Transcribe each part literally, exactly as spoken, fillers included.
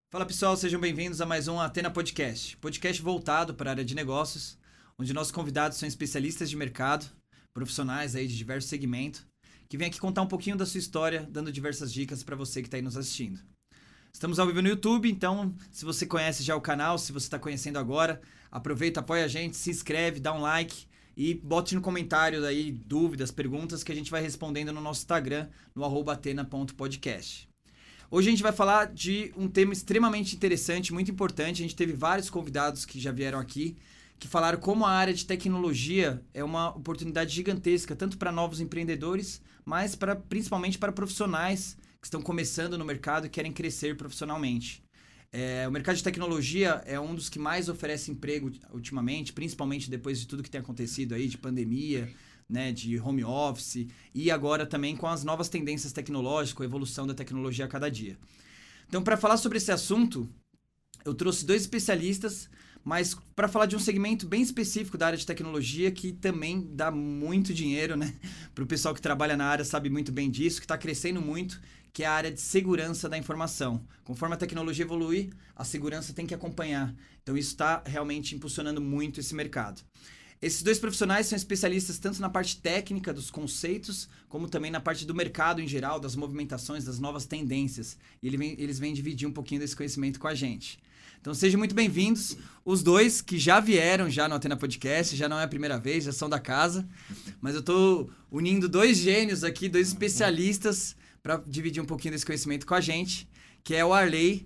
Fala pessoal, sejam bem-vindos a mais um Athena Podcast, podcast voltado para a área de negócios, onde nossos convidados são especialistas de mercado, profissionais aí de diversos segmentos, que vêm aqui contar um pouquinho da sua história, dando diversas dicas para você que está aí nos assistindo. Estamos ao vivo no YouTube, então se você conhece já o canal, se você está conhecendo agora, aproveita, apoia a gente, se inscreve, dá um like e bote no comentário aí dúvidas, perguntas que a gente vai respondendo no nosso Instagram, no arroba athena ponto podcast. Hoje a gente vai falar de um tema extremamente interessante, muito importante. A gente teve vários convidados que já vieram aqui, que falaram como a área de tecnologia é uma oportunidade gigantesca, tanto para novos empreendedores, mas para, principalmente para profissionais que estão começando no mercado e querem crescer profissionalmente. É, o mercado de tecnologia é um dos que mais oferece emprego ultimamente, principalmente depois de tudo que tem acontecido aí, de pandemia, né, de home office, e agora também com as novas tendências tecnológicas, a evolução da tecnologia a cada dia. Então, para falar sobre esse assunto, eu trouxe dois especialistas, mas para falar de um segmento bem específico da área de tecnologia, que também dá muito dinheiro, né? Para o pessoal que trabalha na área sabe muito bem disso, que está crescendo muito, que é a área de segurança da informação. Conforme a tecnologia evolui, a segurança tem que acompanhar. Então, isso está realmente impulsionando muito esse mercado. Esses dois profissionais são especialistas tanto na parte técnica dos conceitos, como também na parte do mercado em geral, das movimentações, das novas tendências. E ele vem, eles vêm dividir um pouquinho desse conhecimento com a gente. Então sejam muito bem-vindos, os dois que já vieram já no Athena Podcast, já não é a primeira vez, já são da casa. Mas eu estou unindo dois gênios aqui, dois especialistas, para dividir um pouquinho desse conhecimento com a gente, que é o Arley,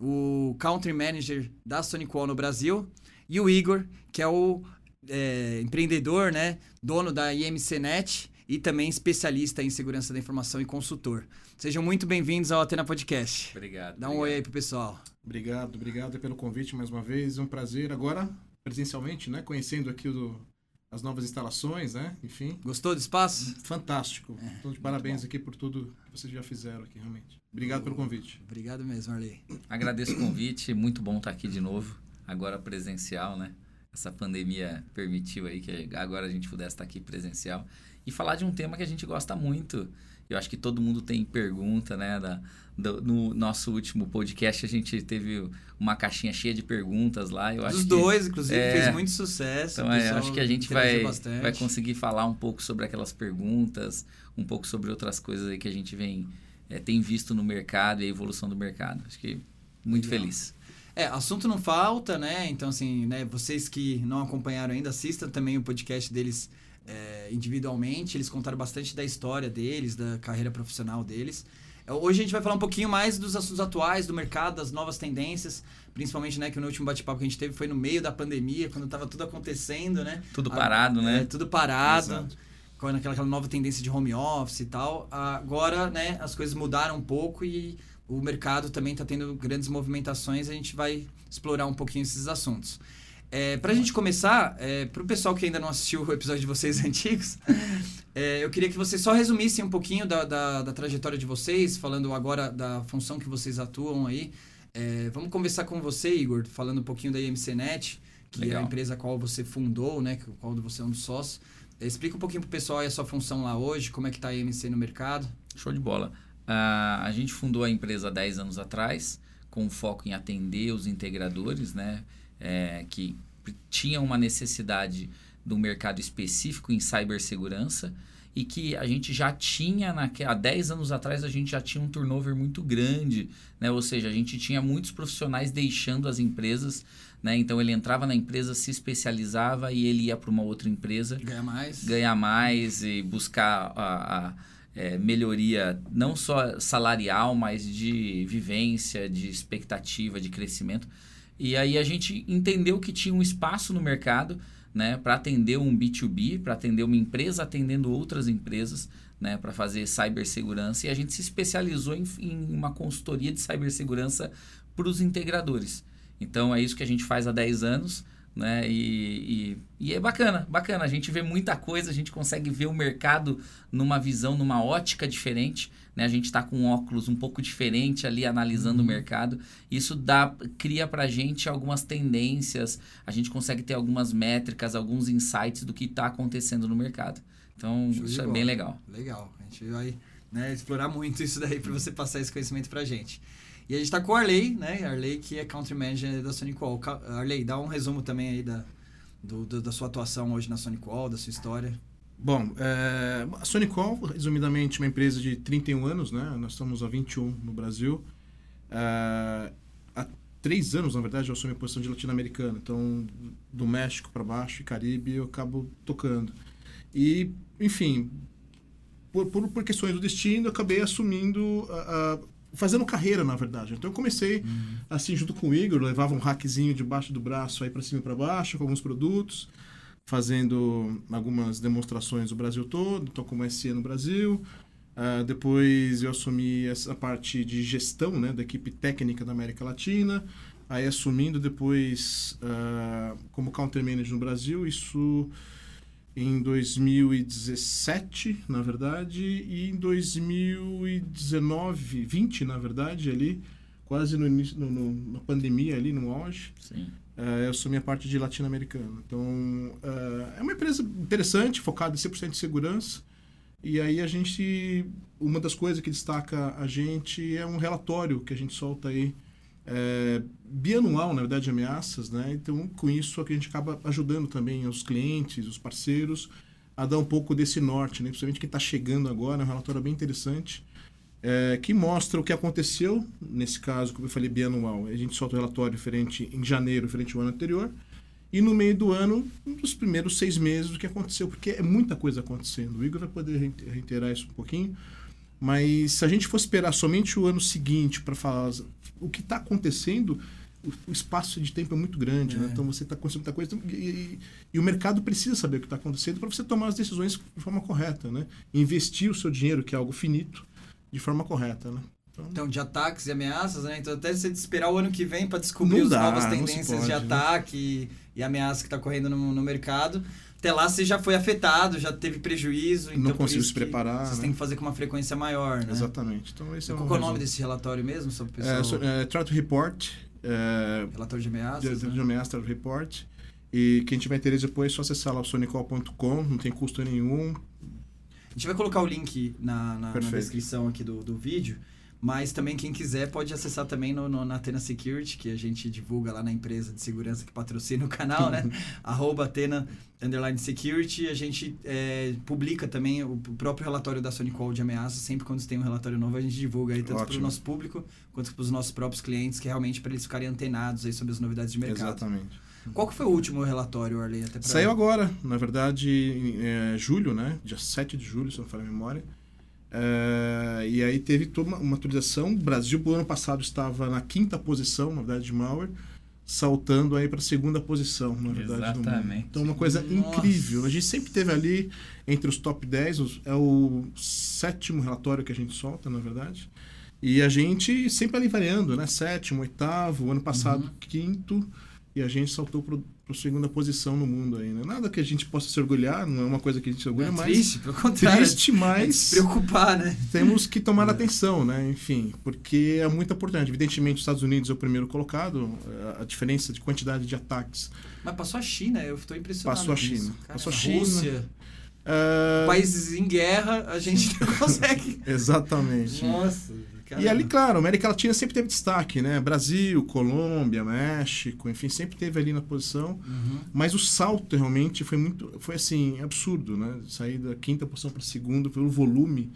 o Country Manager da SonicWall no Brasil, e o Igor, que é o É, empreendedor, né, dono da I M C Net e também especialista em segurança da informação e consultor. Sejam muito bem-vindos ao Athena Podcast. Obrigado. Dá um obrigado. oi aí pro pessoal. Obrigado, obrigado pelo convite mais uma vez. É um prazer agora, presencialmente, né, conhecendo aqui o, as novas instalações, né, enfim. Gostou do espaço? Fantástico. É, então, de parabéns aqui por tudo que vocês já fizeram aqui, realmente. Obrigado oh, pelo convite. Obrigado mesmo, Arley. Agradeço o convite, muito bom estar aqui de novo, agora presencial, né? Essa pandemia permitiu aí que agora a gente pudesse estar aqui presencial e falar de um tema que a gente gosta muito. Eu acho que todo mundo tem pergunta, né? Da, do, no nosso último podcast a gente teve uma caixinha cheia de perguntas lá. Eu acho Os que, dois, inclusive, é, fez muito sucesso. Então, é, acho que a gente vai, vai conseguir falar um pouco sobre aquelas perguntas, um pouco sobre outras coisas aí que a gente vem, é, tem visto no mercado e a evolução do mercado. Acho que muito Legal. Feliz. É, assunto não falta, né? Então, assim, né, vocês que não acompanharam ainda, assistam também o podcast deles é, individualmente. Eles contaram bastante da história deles, da carreira profissional deles. Hoje a gente vai falar um pouquinho mais dos assuntos atuais do mercado, das novas tendências, principalmente, né, que no último bate-papo que a gente teve foi no meio da pandemia, quando estava tudo acontecendo, né? Tudo parado, a, né? É, tudo parado. Exato. Com aquela, aquela nova tendência de home office e tal. Agora, né, as coisas mudaram um pouco e o mercado também está tendo grandes movimentações, a gente vai explorar um pouquinho esses assuntos. É, para a gente começar, é, para o pessoal que ainda não assistiu o episódio de vocês antigos, é, eu queria que vocês só resumissem um pouquinho da, da, da trajetória de vocês, falando agora da função que vocês atuam aí. É, vamos conversar com você, Igor, falando um pouquinho da I M C Net, que Legal. É a empresa a qual você fundou, né, a qual você é um dos sócios. É, explica um pouquinho para o pessoal aí a sua função lá hoje, como é que está a I M C no mercado. Show de bola. Uh, a gente fundou a empresa há dez anos atrás, com foco em atender os integradores, né, é, que tinham uma necessidade de um mercado específico em cibersegurança e que a gente já tinha, naque, há dez anos atrás, a gente já tinha um turnover muito grande, né, ou seja, a gente tinha muitos profissionais deixando as empresas, né, então ele entrava na empresa, se especializava e ele ia para uma outra empresa. Ganhar mais. Ganhar mais e buscar a... a É, melhoria não só salarial, mas de vivência, de expectativa, de crescimento. E aí a gente entendeu que tinha um espaço no mercado, né, para atender um B dois B, para atender uma empresa atendendo outras empresas, né, para fazer cibersegurança. E a gente se especializou em, em uma consultoria de cibersegurança para os integradores. Então é isso que a gente faz há dez anos. Né? E, e, e é bacana, bacana. A gente vê muita coisa, a gente consegue ver o mercado numa visão, numa ótica diferente. Né? A gente está com um óculos um pouco diferente ali, analisando uhum. o mercado. Isso dá, cria para a gente algumas tendências, a gente consegue ter algumas métricas, alguns insights do que está acontecendo no mercado. Então, Show isso é bola. Bem legal. Legal. A gente vai, né, explorar muito isso daí para você passar esse conhecimento para a gente. E a gente tá com o Arley, né? Arley, que é Country Manager da SonicWall. Arley, dá um resumo também aí da, do, do, da sua atuação hoje na SonicWall, da sua história. Bom, é, a SonicWall, resumidamente, é uma empresa de trinta e um anos, né? Nós estamos há vinte e um no Brasil. É, há três anos, na verdade, eu assumi a posição de latino-americano. Então, do México para baixo e Caribe, eu acabo tocando. E, enfim, por, por, por questões do destino, eu acabei assumindo, a, a, fazendo carreira, na verdade. Então, eu comecei, uhum. assim, junto com o Igor, levava um rackzinho debaixo do braço aí para cima e para baixo, com alguns produtos, fazendo algumas demonstrações do Brasil todo, então como S E no Brasil. Uh, depois eu assumi essa parte de gestão, né, da equipe técnica da América Latina, aí assumindo depois uh, como Country Manager no Brasil, isso em dois mil e dezessete, na verdade, e em dois mil e dezenove, vinte, na verdade, ali, quase no início, no, no, na pandemia ali, no auge. Sim. Uh, eu assumi a parte de latino-americano. Então, uh, é uma empresa interessante, focada em cem por cento de segurança. E aí a gente... Uma das coisas que destaca a gente é um relatório que a gente solta aí, é, bianual, na verdade, de ameaças, né? Então, com isso, a gente acaba ajudando também os clientes, os parceiros, a dar um pouco desse norte, né? Principalmente quem está chegando agora, é um relatório bem interessante, é, que mostra o que aconteceu, nesse caso, como eu falei, bianual. A gente solta o relatório diferente em janeiro, diferente ao ano anterior, e no meio do ano, um dos primeiros seis meses, o que aconteceu, porque é muita coisa acontecendo. O Igor vai poder reiterar isso um pouquinho, mas se a gente for esperar somente o ano seguinte para falar o que está acontecendo, o espaço de tempo é muito grande, é. Né? Então você está acontecendo muita coisa, e, e, e o mercado precisa saber o que está acontecendo para você tomar as decisões de forma correta, né? Investir o seu dinheiro, que é algo finito, de forma correta, né? Então, então, de ataques e ameaças, né? Então, até você esperar o ano que vem para descobrir as novas tendências pode, de ataque, né? e, e ameaça que está correndo no, no mercado. Até lá você já foi afetado, já teve prejuízo. Então não conseguiu se preparar. Vocês né? têm que fazer com uma frequência maior, né? Exatamente. Então, esse é Qual um é o resumo. Nome desse relatório mesmo? Sobre pessoal... é, é, Threat Report. É, relatório de ameaças. De, né? de ameaça, Threat Report. E quem tiver interesse depois é só acessar lá o sonicwall ponto com, não tem custo nenhum. A gente vai colocar o link na, na, na descrição aqui do, do vídeo. Mas também quem quiser pode acessar também no, no, na Athena Security, que a gente divulga lá na empresa de segurança que patrocina o canal, né? Arroba Athena underline Security. A gente é, publica também o próprio relatório da SonicWall de ameaças. Sempre quando tem um relatório novo, a gente divulga aí tanto para o nosso público quanto para os nossos próprios clientes, que é realmente para eles ficarem antenados aí sobre as novidades de mercado. Exatamente. Qual que foi o último relatório, Arley? Até pra... Saiu agora, na verdade, em é, julho, né? Dia sete de julho, se não me falha a memória. Uh, e aí teve toda uma, uma atualização. O Brasil, no ano passado, estava na quinta posição, na verdade, de malware, saltando aí para a segunda posição, na verdade. Exatamente. Então, uma coisa Nossa. incrível. A gente sempre teve ali entre os top dez, é o sétimo relatório que a gente solta, na verdade. E a gente sempre ali variando, né? Sétimo, oitavo, ano passado, uhum. quinto, e a gente saltou para a segunda posição no mundo aí, né? Nada que a gente possa se orgulhar, não é uma coisa que a gente se orgulha, é mas... Triste, pelo contrário. Triste, mas... Se preocupar, né? Temos que tomar é. atenção, né? Enfim, porque é muito importante. Evidentemente, os Estados Unidos é o primeiro colocado, a diferença de quantidade de ataques. Mas passou a China, eu estou impressionado. Passou a China. Cara, passou a China. Rússia. Uh... Países em guerra, a gente não consegue. Exatamente. Nossa... Caramba. E ali, claro, a América Latina sempre teve destaque, né? Brasil, Colômbia, México, enfim, sempre teve ali na posição. Uhum. Mas o salto realmente foi muito, foi assim, absurdo, né? Sair da quinta posição para a segunda, pelo volume,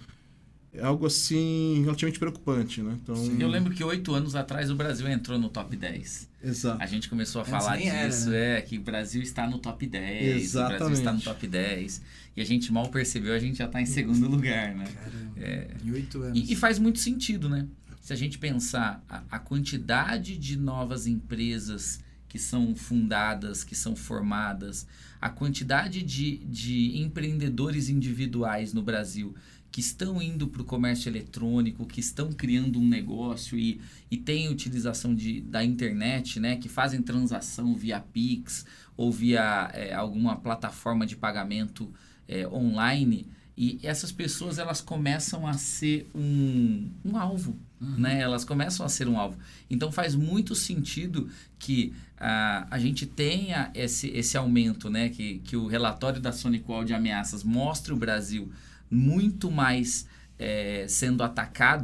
é algo assim, relativamente preocupante, né? Então... Eu lembro que oito anos atrás o Brasil entrou no top dez. Exato. A gente começou a Antes falar disso, era, né? é, que o Brasil está no top dez. Exatamente. O Brasil está no top dez. E a gente mal percebeu, a gente já está em segundo lugar, né? Caramba, é, em oito anos. E, e faz muito sentido, né? Se a gente pensar a, a quantidade de novas empresas que são fundadas, que são formadas, a quantidade de, de empreendedores individuais no Brasil que estão indo para o comércio eletrônico, que estão criando um negócio e, e têm utilização de, da internet, né? Que fazem transação via Pix ou via é, alguma plataforma de pagamento é, online. E essas pessoas, elas começam a ser um, um alvo, uhum. né? Elas começam a ser um alvo. Então, faz muito sentido que uh, a gente tenha esse, esse aumento, né? Que, que o relatório da SonicWall de ameaças mostre o Brasil muito mais é, sendo atacado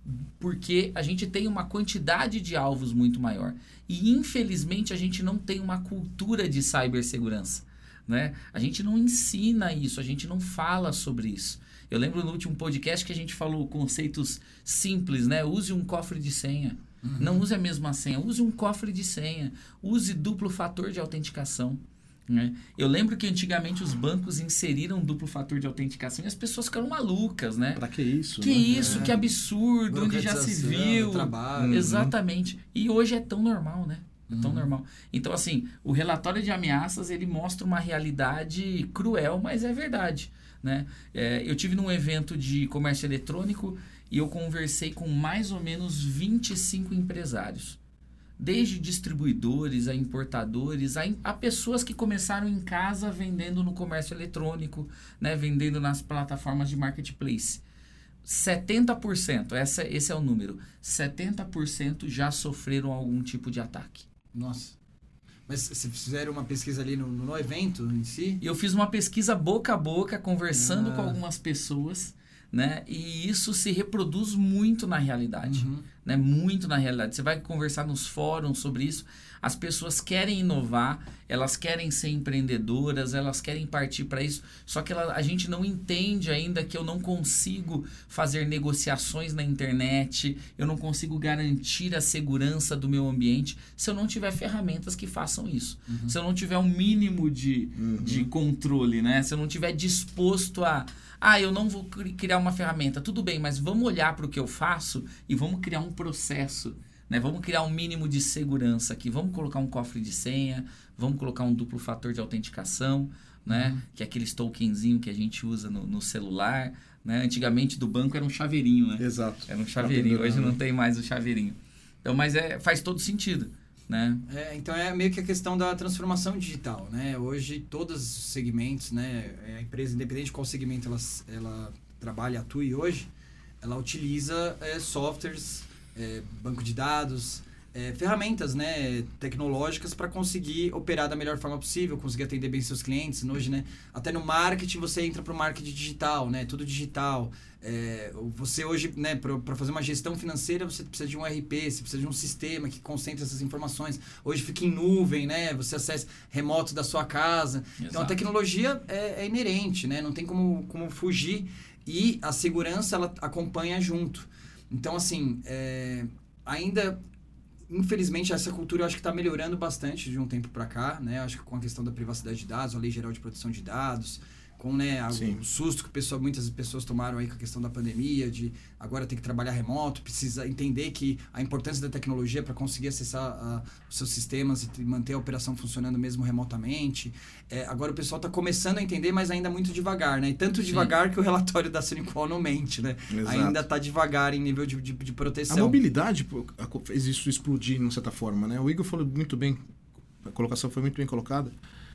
porque a gente tem uma quantidade de alvos muito maior. E, infelizmente, a gente não tem uma cultura de cibersegurança, né? A gente não ensina isso, a gente não fala sobre isso. Eu lembro no último podcast que a gente falou conceitos simples, né? Use um cofre de senha. Uhum. Não use a mesma senha, use um cofre de senha. Use duplo fator de autenticação. Né? Eu lembro que antigamente os bancos inseriram duplo fator de autenticação e as pessoas ficaram malucas, né? Pra que isso? Que né? isso, É. que absurdo, onde já se viu. Trabalho. Exatamente. E hoje é tão normal, né? É tão Uhum. normal. Então, assim, o relatório de ameaças, ele mostra uma realidade cruel, mas é verdade, né? É, eu tive num evento de comércio eletrônico e eu conversei com mais ou menos vinte e cinco empresários. Desde distribuidores a importadores, a, a pessoas que começaram em casa vendendo no comércio eletrônico, né, vendendo nas plataformas de marketplace. setenta por cento, essa, esse é o número, setenta por cento já sofreram algum tipo de ataque. Nossa. Mas vocês fizeram uma pesquisa ali no, no evento em si? E eu fiz uma pesquisa boca a boca, conversando Ah. com algumas pessoas, né? E isso se reproduz muito na realidade, Uhum. né? Muito na realidade. Você vai conversar nos fóruns sobre isso. As pessoas querem inovar, elas querem ser empreendedoras, elas querem partir para isso. Só que ela, a gente não entende ainda que eu não consigo fazer negociações na internet, eu não consigo garantir a segurança do meu ambiente se eu não tiver ferramentas que façam isso. Uhum. Se eu não tiver um mínimo de, Uhum. de controle, né? Se eu não tiver disposto a... Ah, eu não vou cri- criar uma ferramenta. Tudo bem, mas vamos olhar para o que eu faço e vamos criar um processo, né? Vamos criar um mínimo de segurança aqui. Vamos colocar um cofre de senha, vamos colocar um duplo fator de autenticação, né? Uhum. Que é aqueles tokenzinho que a gente usa no, no celular, né? Antigamente do banco era um chaveirinho, né? Exato. Era um chaveirinho. Pra Hoje pendurar, não tem mais o chaveirinho. Então, mas é, faz todo sentido, né? É, então é meio que a questão da transformação digital, né? Hoje todos os segmentos, né? A empresa, independente de qual segmento ela, ela trabalha, atue hoje, ela utiliza é, softwares, é, banco de dados, é, ferramentas, né, tecnológicas para conseguir operar da melhor forma possível, conseguir atender bem seus clientes. Hoje, né, até no marketing você entra para o marketing digital, né, tudo digital. É, você hoje, né, para fazer uma gestão financeira, você precisa de um E R P, você precisa de um sistema que concentre essas informações. Hoje fica em nuvem, né, você acessa remoto da sua casa. Exato. Então a tecnologia é, é inerente, né, não tem como, como fugir, e a segurança ela acompanha junto. Então, assim, é, ainda, infelizmente, essa cultura eu acho que está melhorando bastante de um tempo para cá, né? Acho que com a questão da privacidade de dados, a Lei Geral de Proteção de Dados, com, né, a, o susto que pessoa, muitas pessoas tomaram aí com a questão da pandemia, de agora ter que trabalhar remoto, precisa entender que a importância da tecnologia para conseguir acessar a, os seus sistemas e manter a operação funcionando mesmo remotamente. É, agora o pessoal está começando a entender, mas ainda muito devagar, né? E tanto Sim. devagar que o relatório da Suniqual não mente, né? Exato. Ainda está devagar em nível de, de, de proteção. A mobilidade pô, a- fez isso explodir, de uma certa forma, né? O Igor falou muito bem, a colocação foi muito bem colocada.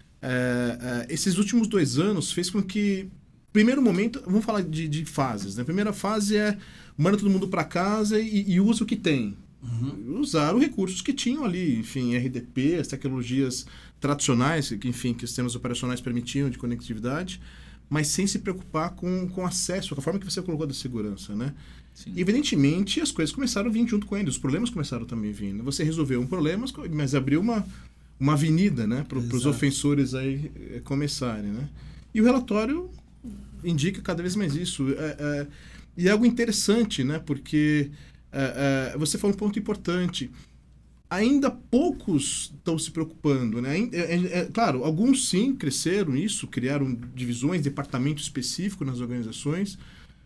É, é, esses últimos dois anos fez com que, primeiro momento, vamos falar de, de fases, né? A primeira fase é manda todo mundo para casa e, e usa o que tem. Uhum. Usaram recursos que tinham ali, enfim, R D P, as tecnologias tradicionais, que, enfim, que os sistemas operacionais permitiam de conectividade, mas sem se preocupar com, com acesso, com a forma que você colocou da segurança, né? Sim. E, evidentemente, as coisas começaram a vir junto com ele, os problemas começaram também a vir. Né? Você resolveu um problema, mas abriu uma, uma avenida, né, para os Exato. ofensores aí eh, começarem, né? E o relatório indica cada vez mais isso. É, é, e é algo interessante, né? Porque é, é, você falou um ponto importante. Ainda poucos estão se preocupando, né? É, é, é, claro, alguns sim cresceram isso, criaram divisões, departamentos específicos nas organizações,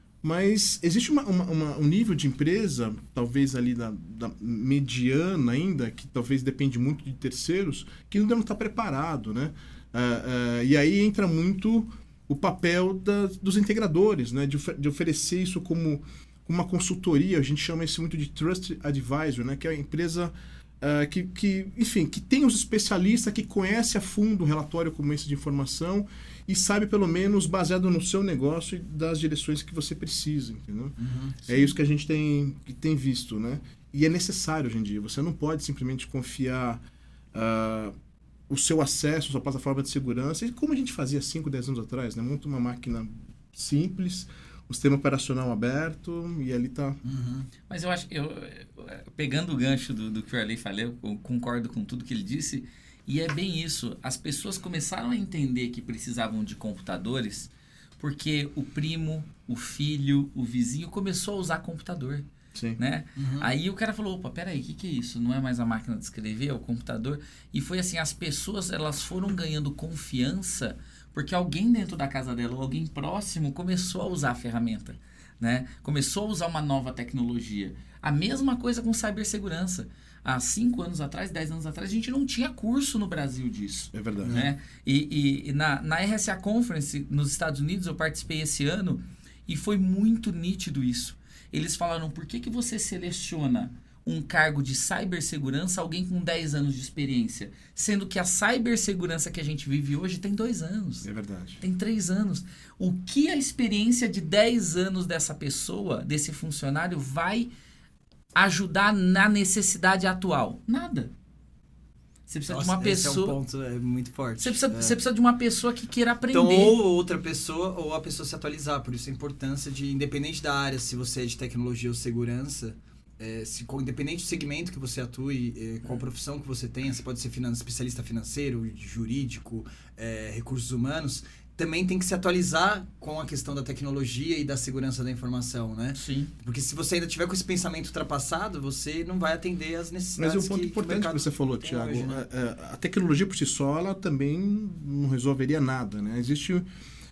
mas existe uma, uma, uma, um nível de empresa, talvez ali da, da mediana ainda, que talvez depende muito de terceiros, que ainda não está preparado, né? Uh, uh, e aí entra muito o papel da, dos integradores, né? De, of de oferecer isso como uma consultoria, a gente chama isso muito de Trust Advisor, né? Que é a empresa uh, que, que, enfim, que tem os especialistas que conhece a fundo um relatório como esse de informação e sabe, pelo menos, baseado no seu negócio e das direções que você precisa, entendeu? Uhum, é isso que a gente tem, que tem visto, né? E é necessário hoje em dia. Você não pode simplesmente confiar uh, o seu acesso, a sua plataforma de segurança, e como a gente fazia cinco, dez anos atrás, né? Monta uma máquina simples, um sistema operacional aberto e ali tá. Uhum. Mas eu acho, eu, pegando o gancho do, do que o Arley falou, eu concordo com tudo que ele disse, e é bem isso. As pessoas começaram a entender que precisavam de computadores porque o primo, o filho, o vizinho começou a usar computador. Sim. Né? Uhum. Aí o cara falou, opa, peraí, o que, que é isso? Não é mais a máquina de escrever, é o computador. E foi assim, as pessoas elas foram ganhando confiança porque alguém dentro da casa dela ou alguém próximo começou a usar a ferramenta, né? Começou a usar uma nova tecnologia. A mesma coisa com cibersegurança. Há cinco anos atrás, dez anos atrás, a gente não tinha curso no Brasil disso. É verdade. Né? E, e, e na, na R S A Conference, nos Estados Unidos, eu participei esse ano e foi muito nítido isso. Eles falaram, por que, que você seleciona um cargo de cibersegurança alguém com dez anos de experiência? Sendo que a cibersegurança que a gente vive hoje tem dois anos. É verdade. Tem três anos. O que a experiência de dez anos dessa pessoa, desse funcionário, vai ajudar na necessidade atual? Nada. Você precisa Nossa, de uma pessoa... Esse é um ponto é, muito forte. Você precisa, é. você precisa de uma pessoa que queira aprender. Então, ou outra pessoa, ou a pessoa se atualizar. Por isso a importância de, independente da área, se você é de tecnologia ou segurança, é, se, independente do segmento que você atue, é, qual profissão que você tenha, você pode ser finan- especialista financeiro, jurídico, é, recursos humanos, também tem que se atualizar com a questão da tecnologia e da segurança da informação, né? Sim. Porque se você ainda tiver com esse pensamento ultrapassado, você não vai atender às necessidades. Mas é um ponto que, importante que, que você falou, Thiago. Hoje, né? é, é, a tecnologia por si só, ela também não resolveria nada, né? Existe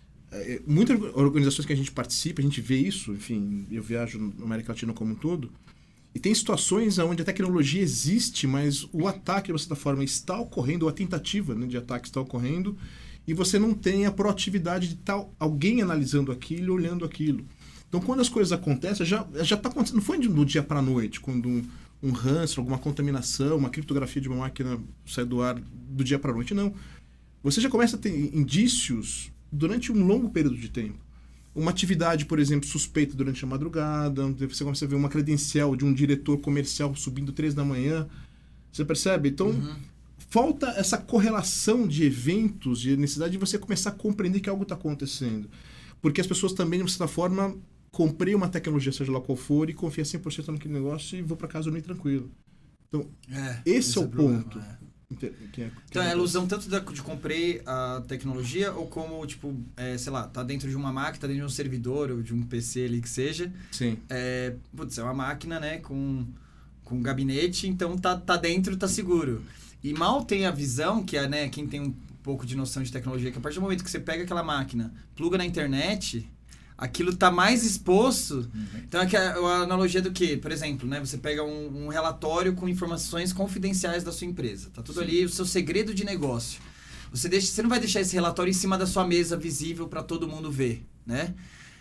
é, muitas organizações que a gente participa, a gente vê isso, enfim, eu viajo na América Latina como um todo, e tem situações onde a tecnologia existe, mas o ataque, de certa forma, está ocorrendo, ou a tentativa, né, de ataque está ocorrendo, e você não tem a proatividade de estar alguém analisando aquilo, olhando aquilo. Então, quando as coisas acontecem, já já está acontecendo, não foi do dia para a noite, quando um, um ransom, alguma contaminação, uma criptografia de uma máquina sai do ar do dia para a noite, não. Você já começa a ter indícios durante um longo período de tempo. Uma atividade, por exemplo, suspeita durante a madrugada, você começa a ver uma credencial de um diretor comercial subindo três da manhã, você percebe? Então... Uhum. Falta essa correlação de eventos, de necessidade de você começar a compreender que algo está acontecendo. Porque as pessoas também, de certa forma, comprei uma tecnologia, seja lá qual for, e confia cem por cento naquele negócio e vou para casa dormir tranquilo. Então, é, esse, esse é o problema, ponto. É. Que é, que então, é a ilusão tanto da, de comprei a tecnologia, ou como, tipo, é, sei lá, tá dentro de uma máquina, tá dentro de um servidor, ou de um P C ali que seja. Sim. É, putz, é uma máquina, né, com, com um gabinete, então tá, tá dentro, tá seguro. E mal tem a visão, que é, né, quem tem um pouco de noção de tecnologia, que a partir do momento que você pega aquela máquina, pluga na internet, aquilo tá mais exposto. Uhum. Então, é que a, a analogia do quê? Por exemplo, né, você pega um, um relatório com informações confidenciais da sua empresa. Tá tudo Sim. ali, o seu segredo de negócio. Você, deixa, você não vai deixar esse relatório em cima da sua mesa visível para todo mundo ver, né?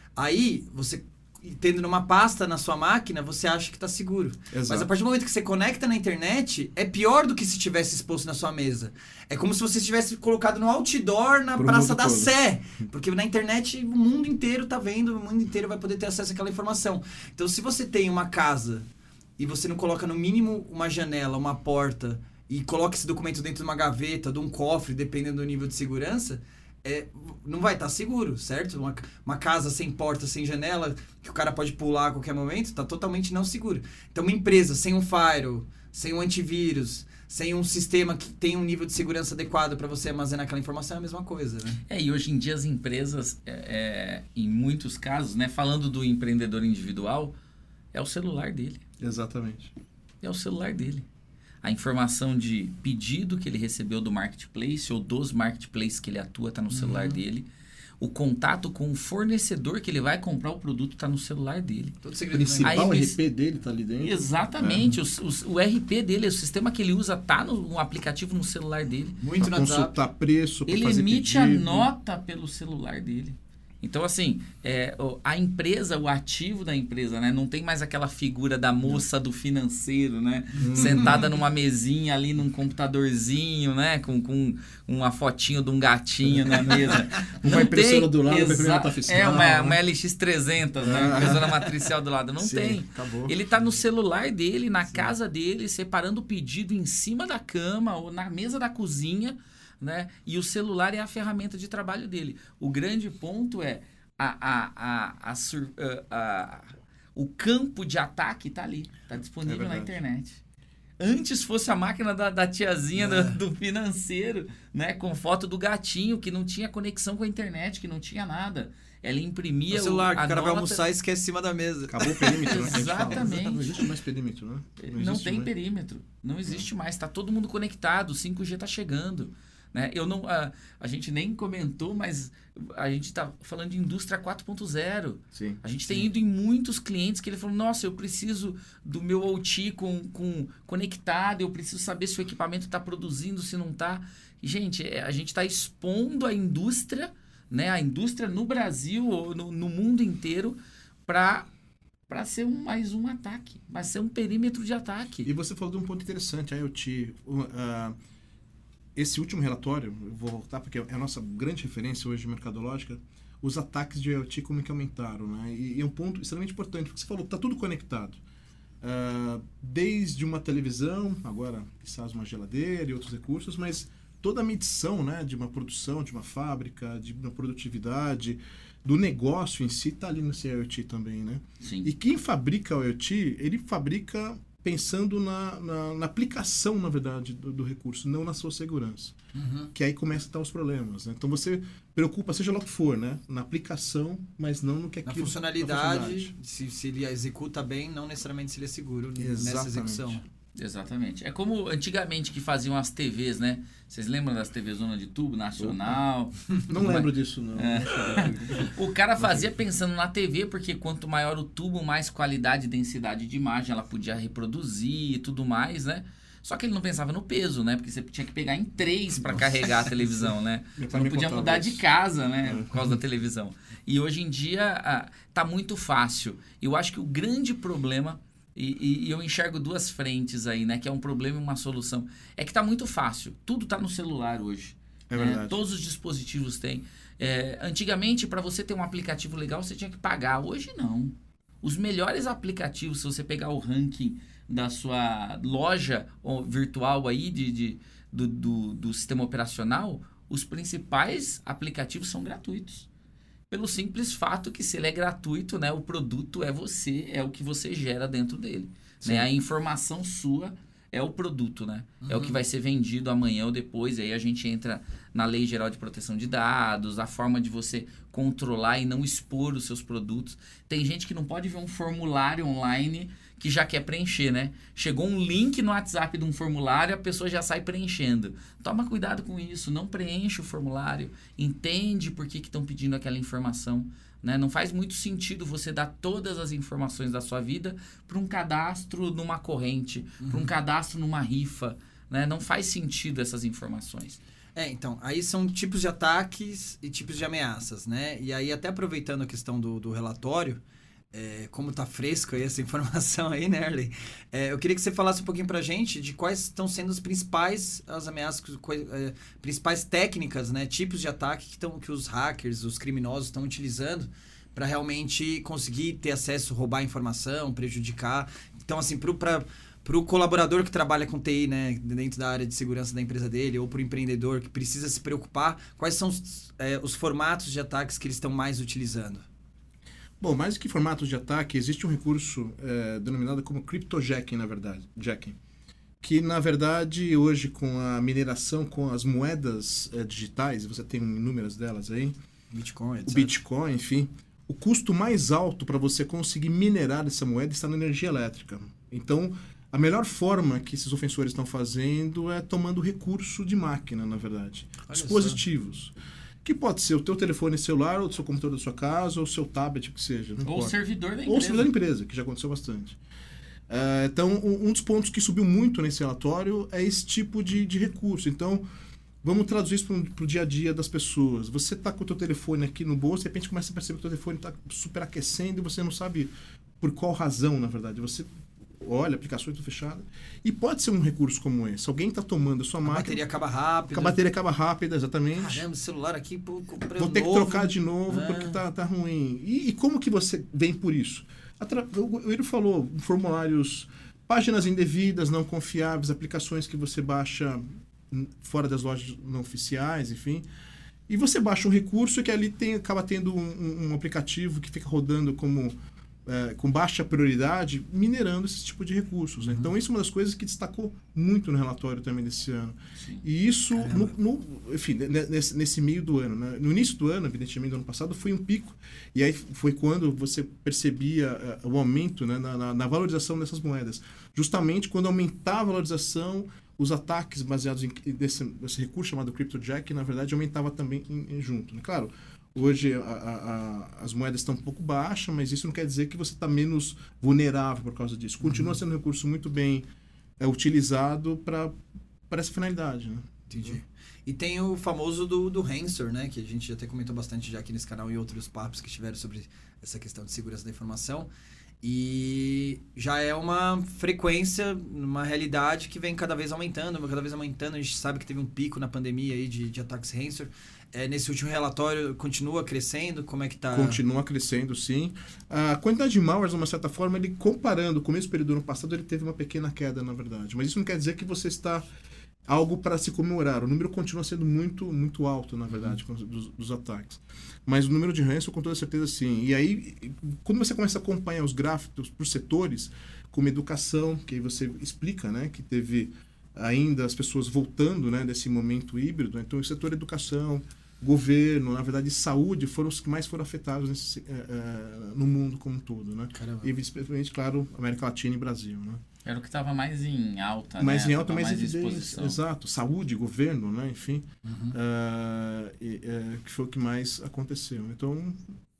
Aí, você... tendo numa pasta na sua máquina, você acha que está seguro. Exato. Mas a partir do momento que você conecta na internet, é pior do que se tivesse exposto na sua mesa. É como se você tivesse colocado no outdoor na Pro Praça da todo. Sé. Porque na internet o mundo inteiro está vendo, o mundo inteiro vai poder ter acesso àquela informação. Então, se você tem uma casa e você não coloca no mínimo uma janela, uma porta, e coloca esse documento dentro de uma gaveta, de um cofre, dependendo do nível de segurança... É, não vai estar seguro, certo? Uma, uma casa sem porta, sem janela, que o cara pode pular a qualquer momento, está totalmente não seguro. Então, uma empresa sem um firewall, sem um antivírus, sem um sistema que tem um nível de segurança adequado para você armazenar aquela informação, é a mesma coisa, né? É, e hoje em dia as empresas, é, é, em muitos casos, né, falando do empreendedor individual, é o celular dele. Exatamente. É o celular dele. A informação de pedido que ele recebeu do marketplace ou dos marketplaces que ele atua está no celular uhum. dele. O contato com o fornecedor que ele vai comprar o produto está no celular dele. Todo o principal R P dele está ali dentro. Exatamente. É. O, o, o R P dele, o sistema que ele usa, está no um aplicativo no celular dele. Muito pra consultar preço, para ele fazer emite pedido. a nota pelo celular dele. Então, assim, é, a empresa, o ativo da empresa, né? Não tem mais aquela figura da moça do financeiro, né? Hum. Sentada numa mesinha ali, num computadorzinho, né? Com, com uma fotinho de um gatinho na mesa. Uma não impressora tem, do lado, exa- uma fiscal, É, uma, né? uma L X trezentos, né? Uma impressora matricial do lado. Não Sim, tem. Acabou. Ele tá no celular dele, na Sim. casa dele, separando o pedido em cima da cama ou na mesa da cozinha, né? E o celular é a ferramenta de trabalho dele. O grande ponto é a, a, a, a, a, a, o campo de ataque está ali, está disponível é na internet. Antes fosse a máquina da, da tiazinha é. do, do financeiro, né? Com foto do gatinho, que não tinha conexão com a internet, que não tinha nada. Ela imprimia o celular, o, que o cara nota... vai almoçar e esquece em cima da mesa. Acabou o perímetro, né? Exatamente. Não existe mais perímetro, né? Não, não tem mais. perímetro. Não existe não. mais. Está todo mundo conectado. O cinco G está chegando. Né? Eu não, a, a gente nem comentou, mas a gente está falando de indústria quatro ponto zero. Sim, a gente sim. tem ido em muitos clientes que ele falou, nossa, eu preciso do meu O T com, com conectado, eu preciso saber se o equipamento está produzindo, se não está. Gente, a gente está expondo a indústria, né, a indústria no Brasil ou no, no mundo inteiro para para ser um, mais um ataque, para ser um perímetro de ataque. E você falou de um ponto interessante, a IoT. Uh, esse último relatório, eu vou voltar porque é a nossa grande referência hoje mercadológica, os ataques de IoT como que aumentaram, né? E, e é um ponto extremamente importante, porque você falou, está tudo conectado. Uh, desde uma televisão, agora quizás uma geladeira e outros recursos, mas toda a medição, né, de uma produção, de uma fábrica, de uma produtividade, do negócio em si, está ali nesse IoT também, né? Sim. E quem fabrica o IoT, ele fabrica pensando na, na, na aplicação, na verdade, do, do recurso, não na sua segurança. Uhum. Que aí começa a estar os problemas, né? Então você preocupa, seja lá o que for, né? Na aplicação, mas não no que aquilo... Na funcionalidade, na funcionalidade. Se, se ele executa bem, não necessariamente se ele é seguro Exatamente. nessa execução. Exatamente. É como antigamente que faziam as T Vs, né? Vocês lembram das T Vs zona de tubo, nacional? Não Mas... lembro disso, não. É. O cara fazia pensando na T V, porque quanto maior o tubo, mais qualidade e densidade de imagem ela podia reproduzir e tudo mais, né? Só que ele não pensava no peso, né? Porque você tinha que pegar em três para carregar a televisão, né? Você não podia mudar de casa, né? Por causa da televisão. E hoje em dia ah, tá muito fácil. Eu acho que o grande problema... E, e eu enxergo duas frentes aí, né? Que é um problema e uma solução. É que tá muito fácil. Tudo tá no celular hoje. É verdade. Né? Todos os dispositivos têm. É, antigamente, para você ter um aplicativo legal, você tinha que pagar. Hoje, não. Os melhores aplicativos, se você pegar o ranking da sua loja virtual aí de, de, do, do, do sistema operacional, os principais aplicativos são gratuitos. Pelo simples fato que se ele é gratuito, né, o produto é você, é o que você gera dentro dele. Né? A informação sua é o produto, né? Uhum. É o que vai ser vendido amanhã ou depois. Aí a gente entra na Lei Geral de Proteção de Dados, a forma de você controlar e não expor os seus produtos. Tem gente que não pode ver um formulário online que já quer preencher, né? Chegou um link no WhatsApp de um formulário, a pessoa já sai preenchendo. Toma cuidado com isso, não preenche o formulário, entende por que estão pedindo aquela informação. Né? Não faz muito sentido você dar todas as informações da sua vida para um cadastro numa corrente, uhum. para um cadastro numa rifa. Né? Não faz sentido essas informações. É, então, aí são tipos de ataques e tipos de ameaças, né? E aí, até aproveitando a questão do, do relatório, é, como tá fresco aí essa informação aí, né, Arley? É, eu queria que você falasse um pouquinho pra gente de quais estão sendo as principais as ameaças, é, principais técnicas, né, tipos de ataque que, tão, que os hackers, os criminosos estão utilizando para realmente conseguir ter acesso, roubar informação, prejudicar. Então, assim, pro, pra, pro colaborador que trabalha com T I, né, dentro da área de segurança da empresa dele, ou pro empreendedor que precisa se preocupar, quais são os, é, os formatos de ataques que eles estão mais utilizando? Bom, mais do que formatos de ataque, existe um recurso é, denominado como cryptojacking, na verdade, jacking, que, na verdade, hoje, com a mineração, com as moedas é, digitais, você tem inúmeras delas aí, Bitcoin, etcétera. O Bitcoin, enfim, o custo mais alto para você conseguir minerar essa moeda está na energia elétrica. Então, a melhor forma que esses ofensores estão fazendo é tomando recurso de máquina, na verdade. Olha dispositivos. Só. Que pode ser o teu telefone celular, ou o seu computador da sua casa, ou o seu tablet, o que seja. Ou o servidor da empresa. Ou o servidor da empresa, que já aconteceu bastante. Uh, então, um, um dos pontos que subiu muito nesse relatório é esse tipo de, de recurso. Então, vamos traduzir isso para o dia a dia das pessoas. Você está com o teu telefone aqui no bolso, de repente começa a perceber que o teu telefone está superaquecendo e você não sabe por qual razão, na verdade. Você olha, aplicações estão fechadas. E pode ser um recurso como esse. Alguém está tomando a sua a máquina... A bateria acaba rápido. A bateria acaba rápida, exatamente. Caramba, esse celular aqui, pô, comprei Vou um ter novo. que trocar de novo é. porque está tá ruim. E, e como que você vem por isso? Atra... O Iro falou, formulários, páginas indevidas, não confiáveis, aplicações que você baixa fora das lojas não oficiais, enfim. E você baixa um recurso que ali tem, acaba tendo um, um aplicativo que fica rodando como, é, com baixa prioridade, minerando esse tipo de recursos. Né? Uhum. Então, isso é uma das coisas que destacou muito no relatório também desse ano. Sim. E isso, no, no, enfim, nesse, nesse meio do ano. Né? No início do ano, evidentemente, do ano passado, foi um pico. E aí foi quando você percebia uh, o aumento, né, na, na, na valorização dessas moedas. Justamente quando aumentava a valorização, os ataques baseados em desse, desse recurso chamado CryptoJack, na verdade, aumentava também em, em junto. Né? Claro, hoje a, a, a, as moedas estão um pouco baixas, mas isso não quer dizer que você está menos vulnerável por causa disso. Continua sendo um recurso muito bem é, utilizado para essa finalidade. Né? Entendi. E tem o famoso do, do Ransom, né? Que a gente já até comentou bastante já aqui nesse canal e outros papos que tiveram sobre essa questão de segurança da informação. E já é uma frequência, uma realidade que vem cada vez aumentando, cada vez aumentando. A gente sabe que teve um pico na pandemia aí de, de ataques Ransom. É, nesse último relatório, continua crescendo? Como é que tá? Continua crescendo, sim. A quantidade de malwares, de uma certa forma, ele comparando com o mesmo período do ano passado, ele teve uma pequena queda, na verdade. Mas isso não quer dizer que você está algo para se comemorar. O número continua sendo muito, muito alto, na verdade, uhum. dos, dos ataques. Mas o número de ransom, com toda certeza, sim. E aí, quando você começa a acompanhar os gráficos por setores, como educação, que aí você explica, né, que teve ainda as pessoas voltando, né, desse momento híbrido. Então, o setor educação, governo, na verdade, saúde, foram os que mais foram afetados nesse, é, é, no mundo como um todo, né? Caramba. E, principalmente, claro, América Latina e Brasil, né? Era o que estava mais em alta, mais né? em alta, tava mais, mais evidência. Exato. Saúde, governo, né? Enfim. Uhum. Uh, e, uh, que foi o que mais aconteceu. Então,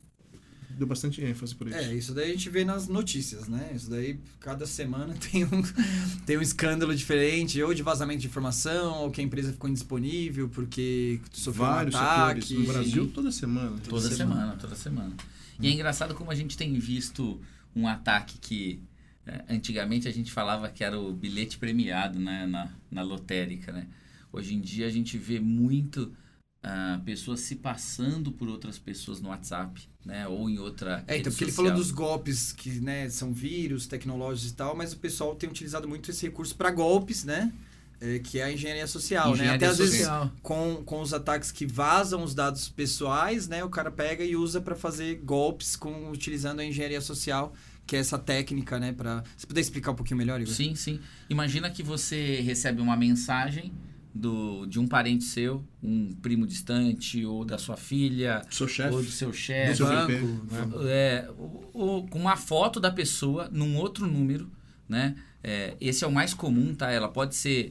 deu bastante ênfase por isso. É, isso daí a gente vê nas notícias, né? Isso daí, cada semana tem um, tem um escândalo diferente, ou de vazamento de informação, ou que a empresa ficou indisponível porque sofreu Vários um ataque. setores. No Brasil, toda semana. Toda, Toda semana, semana, toda semana. E hum. é engraçado como a gente tem visto um ataque que antigamente a gente falava que era o bilhete premiado, né, na, na lotérica, né? Hoje em dia a gente vê muito uh, pessoas se passando por outras pessoas no WhatsApp, né? Ou em outra É, então, porque ele falou dos golpes que, né, são vírus, tecnológicos e tal, mas o pessoal tem utilizado muito esse recurso para golpes, né? É, que é a engenharia social, engenharia né? Até social. às vezes com, com os ataques que vazam os dados pessoais, né? O cara pega e usa para fazer golpes com, utilizando a engenharia social, que é essa técnica, né? Pra... Você puder explicar um pouquinho melhor, Igor? Sim, sim. Imagina que você recebe uma mensagem do, de um parente seu, um primo distante, ou da sua filha, seu chefe, ou do seu chefe, do banco, né? é, ou, ou, com uma foto da pessoa num outro número, né? É, esse é o mais comum, tá? Ela pode ser...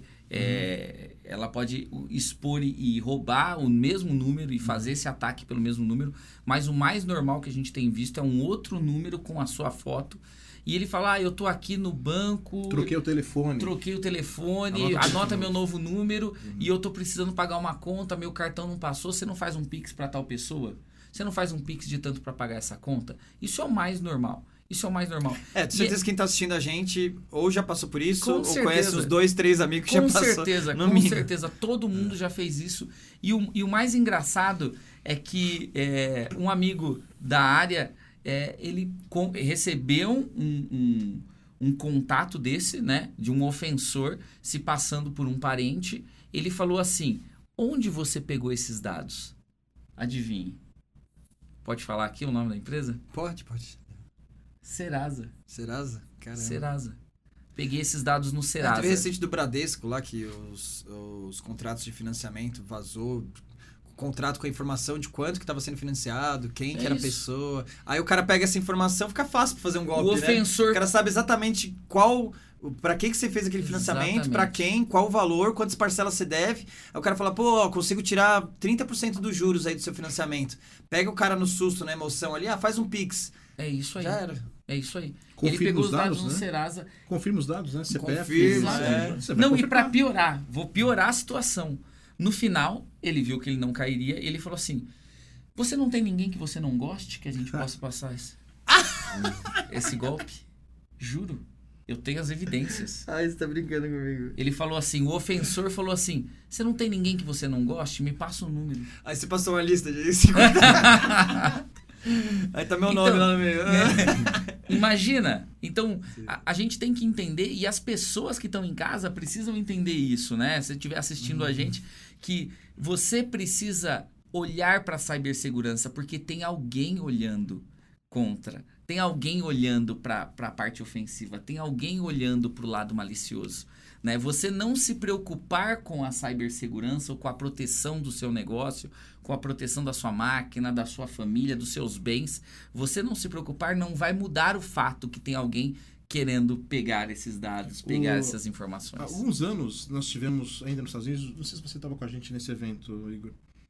É, uhum. Ela pode expor e roubar o mesmo número e fazer esse ataque pelo mesmo número, mas o mais normal que a gente tem visto é um outro número com a sua foto. E ele fala, ah, eu tô aqui no banco... Troquei o telefone. Troquei o telefone, anota, anota meu novo número uhum. e eu tô precisando pagar uma conta, meu cartão não passou, você não faz um Pix para tal pessoa? Você não faz um Pix de tanto para pagar essa conta? Isso é o mais normal. Isso é o mais normal. É, tenho certeza que quem está assistindo a gente ou já passou por isso, com ou certeza. Conhece os dois, três amigos que com já passaram. Certeza, com mínimo. certeza, todo mundo já fez isso. E o, e o mais engraçado é que é, um amigo da área, é, ele com, recebeu um, um, um contato desse, né, de um ofensor se passando por um parente. Ele falou assim, onde você pegou esses dados? Adivinhe. Pode falar aqui o nome da empresa? Pode, pode. Serasa. Serasa? Caramba. Serasa. Peguei esses dados no Serasa. É, teve recente do Bradesco lá, que os, os contratos de financiamento vazou, contrato com a informação de quanto que estava sendo financiado, quem é que era a pessoa. Aí o cara pega essa informação, fica fácil para fazer um golpe, o ofensor... né? O cara sabe exatamente qual... Para que que você fez aquele financiamento, para quem, qual o valor, quantas parcelas você deve. Aí o cara fala, pô, consigo tirar trinta por cento dos juros aí do seu financiamento. Pega o cara no susto, na emoção ali, ah, faz um Pix. É isso aí. Já era. É isso aí. Confirma ele pegou os dados, dados no né? Serasa. Confirma os dados, né? C P F. Confirma, é. Não, e para piorar, vou piorar a situação. No final, ele viu que ele não cairia e ele falou assim, você não tem ninguém que você não goste que a gente possa passar esse, esse golpe? Juro. Eu tenho as evidências. Ah, você tá brincando comigo. Ele falou assim, o ofensor falou assim, você não tem ninguém que você não goste? Me passa um número. Aí você passou uma lista de cinquenta. Aí tá meu nome então, lá no meio. É, imagina. Então, a, a gente tem que entender, e as pessoas que estão em casa precisam entender isso, né? Se você estiver assistindo uhum. a gente, que você precisa olhar para a cibersegurança, porque tem alguém olhando contra, tem alguém olhando para a parte ofensiva, tem alguém olhando para o lado malicioso. Né? Você não se preocupar com a cibersegurança ou com a proteção do seu negócio, com a proteção da sua máquina, da sua família, dos seus bens, você não se preocupar não vai mudar o fato que tem alguém querendo pegar esses dados, pegar o, essas informações. Há alguns anos nós tivemos, ainda nos Estados Unidos, não sei se você estava com a gente nesse evento, Igor,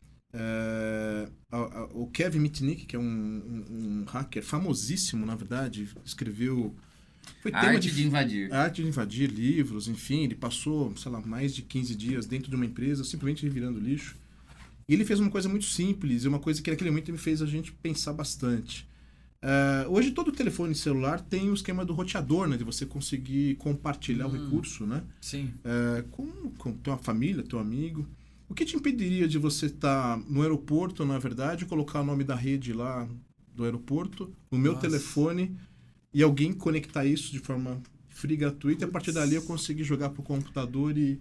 é, a, a, o Kevin Mitnick, que é um, um, um hacker famosíssimo, na verdade, escreveu... Foi a tema arte de, de invadir. A arte de invadir livros, enfim, ele passou, sei lá, mais de quinze dias dentro de uma empresa, simplesmente revirando lixo. E ele fez uma coisa muito simples, e uma coisa que naquele momento me fez a gente pensar bastante. Uh, hoje todo telefone celular tem o esquema do roteador, né? De você conseguir compartilhar hum, o recurso, né? Sim. Uh, com, com tua família, teu amigo. O que te impediria de você estar no aeroporto, na verdade, colocar o nome da rede lá do aeroporto, no meu Nossa. telefone, e alguém conectar isso de forma free, gratuita, e a partir dali eu conseguir jogar pro computador e...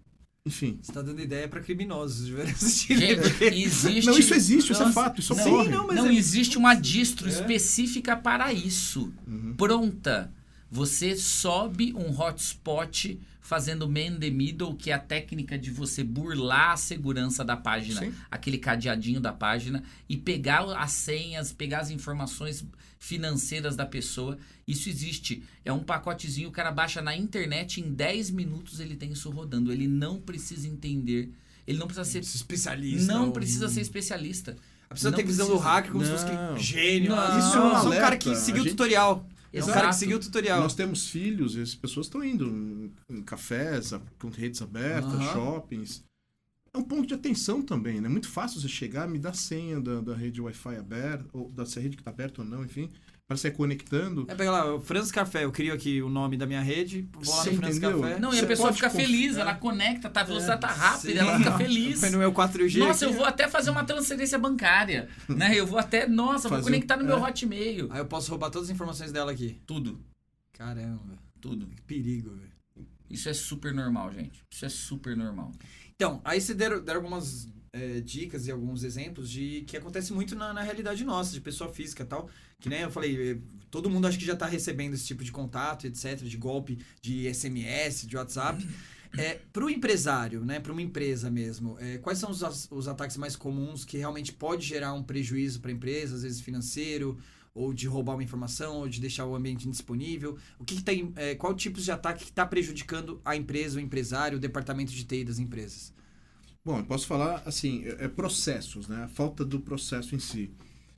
Enfim. Você tá dando ideia para criminosos de ver Gente, existe... Não, isso existe, Nossa, isso é fato, isso não, ocorre. Sim, não, mas não é... existe uma distro é. específica para isso. Uhum. Pronta. Você sobe um hotspot fazendo man in the middle, que é a técnica de você burlar a segurança da página, Sim. aquele cadeadinho da página, e pegar as senhas, pegar as informações financeiras da pessoa. Isso existe. É um pacotezinho, o cara baixa na internet, em dez minutos ele tem isso rodando. Ele não precisa entender, ele não precisa ser especialista. Não ou... precisa ser especialista. A pessoa não tem visão precisa. do hacker como não. se fosse gênio. Não. Isso é um, um cara que seguiu o gente... tutorial. É um cara que seguiu o Exato. tutorial. Nós temos filhos e as pessoas estão indo em cafés, com redes abertas, Uhum. shoppings. É um ponto de atenção também, né? É muito fácil você chegar, me dar a senha da, da rede Wi-Fi aberta, ou da rede que está aberta ou não, enfim, para sair conectando. É, pega lá, o Franz Café, eu crio aqui o nome da minha rede, vou lá Você no Franz entendeu? Café. Não, e a Você pessoa pode fica conf... feliz, é. ela conecta, tá, a velocidade tá Sim. rápida, ela fica feliz. Foi no meu quatro G. Nossa, aqui. eu vou até fazer uma transferência bancária, né? Eu vou até, nossa, vou Fazer conectar um- no meu é. Hotmail. Aí eu posso roubar todas as informações dela aqui. Tudo, Caramba, tudo. que perigo, velho. Isso é super normal, gente. Isso é super normal. Então, aí você deram, deram algumas é, dicas e alguns exemplos de que acontece muito na, na realidade nossa, de pessoa física e tal. Que nem eu falei, é, todo mundo acho que já tá recebendo esse tipo de contato, etcétera, de golpe, de S M S, de WhatsApp. É, para o empresário, né, para uma empresa mesmo, é, quais são os, os ataques mais comuns que realmente pode gerar um prejuízo para a empresa, às vezes financeiro, ou de roubar uma informação, ou de deixar o ambiente indisponível? O que, que tem, é, qual tipo de ataque que está prejudicando a empresa, o empresário, o departamento de T I das empresas? Bom, eu posso falar assim, é, é processos, né? A falta do processo em si.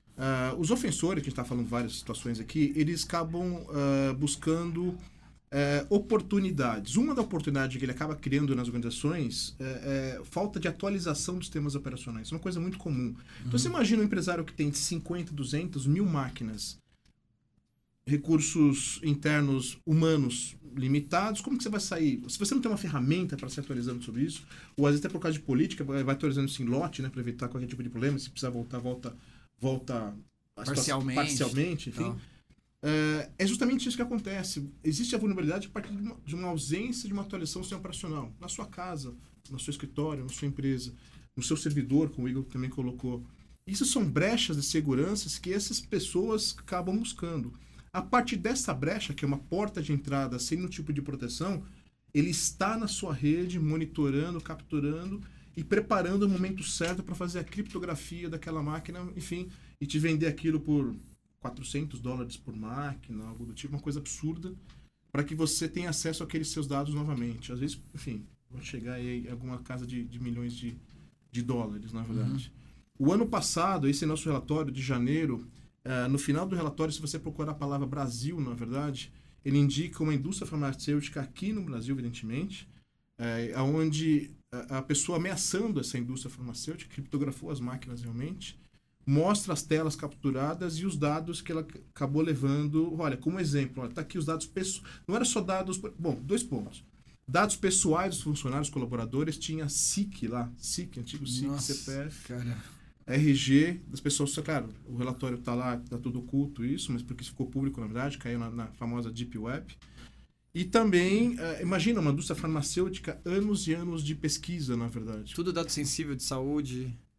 Uh, os ofensores, que a gente está falando várias situações aqui, eles acabam uh, buscando uh, oportunidades. Uma da oportunidade que ele acaba criando nas organizações é, é falta de atualização dos sistemas operacionais. Isso é uma coisa muito comum. Então, você imagina um empresário que tem cinquenta, duzentas, mil máquinas, recursos internos humanos limitados, como que você vai sair? Se você não tem uma ferramenta para se atualizando sobre isso, ou às vezes até por causa de política, vai atualizando isso em lote, né, para evitar qualquer tipo de problema, se precisar voltar, volta, volta Parcialmente. parcialmente, enfim. Então. É, é justamente isso que acontece. Existe a vulnerabilidade a partir de uma, de uma ausência de uma atualização do sistema operacional. Na sua casa, no seu escritório, na sua empresa, no seu servidor, como o Igor também colocou. Isso são brechas de segurança que essas pessoas acabam buscando. A partir dessa brecha, que é uma porta de entrada sem nenhum tipo de proteção, ele está na sua rede, monitorando, capturando e preparando o momento certo para fazer a criptografia daquela máquina, enfim, e te vender aquilo por quatrocentos dólares por máquina, algo do tipo, uma coisa absurda, para que você tenha acesso àqueles seus dados novamente. Às vezes, enfim, vai chegar aí em alguma casa de, de milhões de, de dólares, na verdade. Uhum. O ano passado, esse é nosso relatório de janeiro, uh, no final do relatório, se você procurar a palavra Brasil, na verdade, ele indica uma indústria farmacêutica aqui no Brasil, evidentemente, uh, onde a, a pessoa ameaçando essa indústria farmacêutica criptografou as máquinas realmente, mostra as telas capturadas e os dados que ela acabou levando. Olha, como exemplo, está aqui os dados pessoais. Não era só dados... Bom, dois pontos. Dados pessoais dos funcionários, colaboradores, tinha S I C lá, S I C, antigo S I C, Nossa, C P F, cara. R G das pessoas. Claro, o relatório está lá, está tudo oculto isso, mas porque isso ficou público, na verdade, caiu na, na famosa Deep Web. E também, uh, imagina, uma indústria farmacêutica, anos e anos de pesquisa, na verdade. Tudo dado sensível de saúde...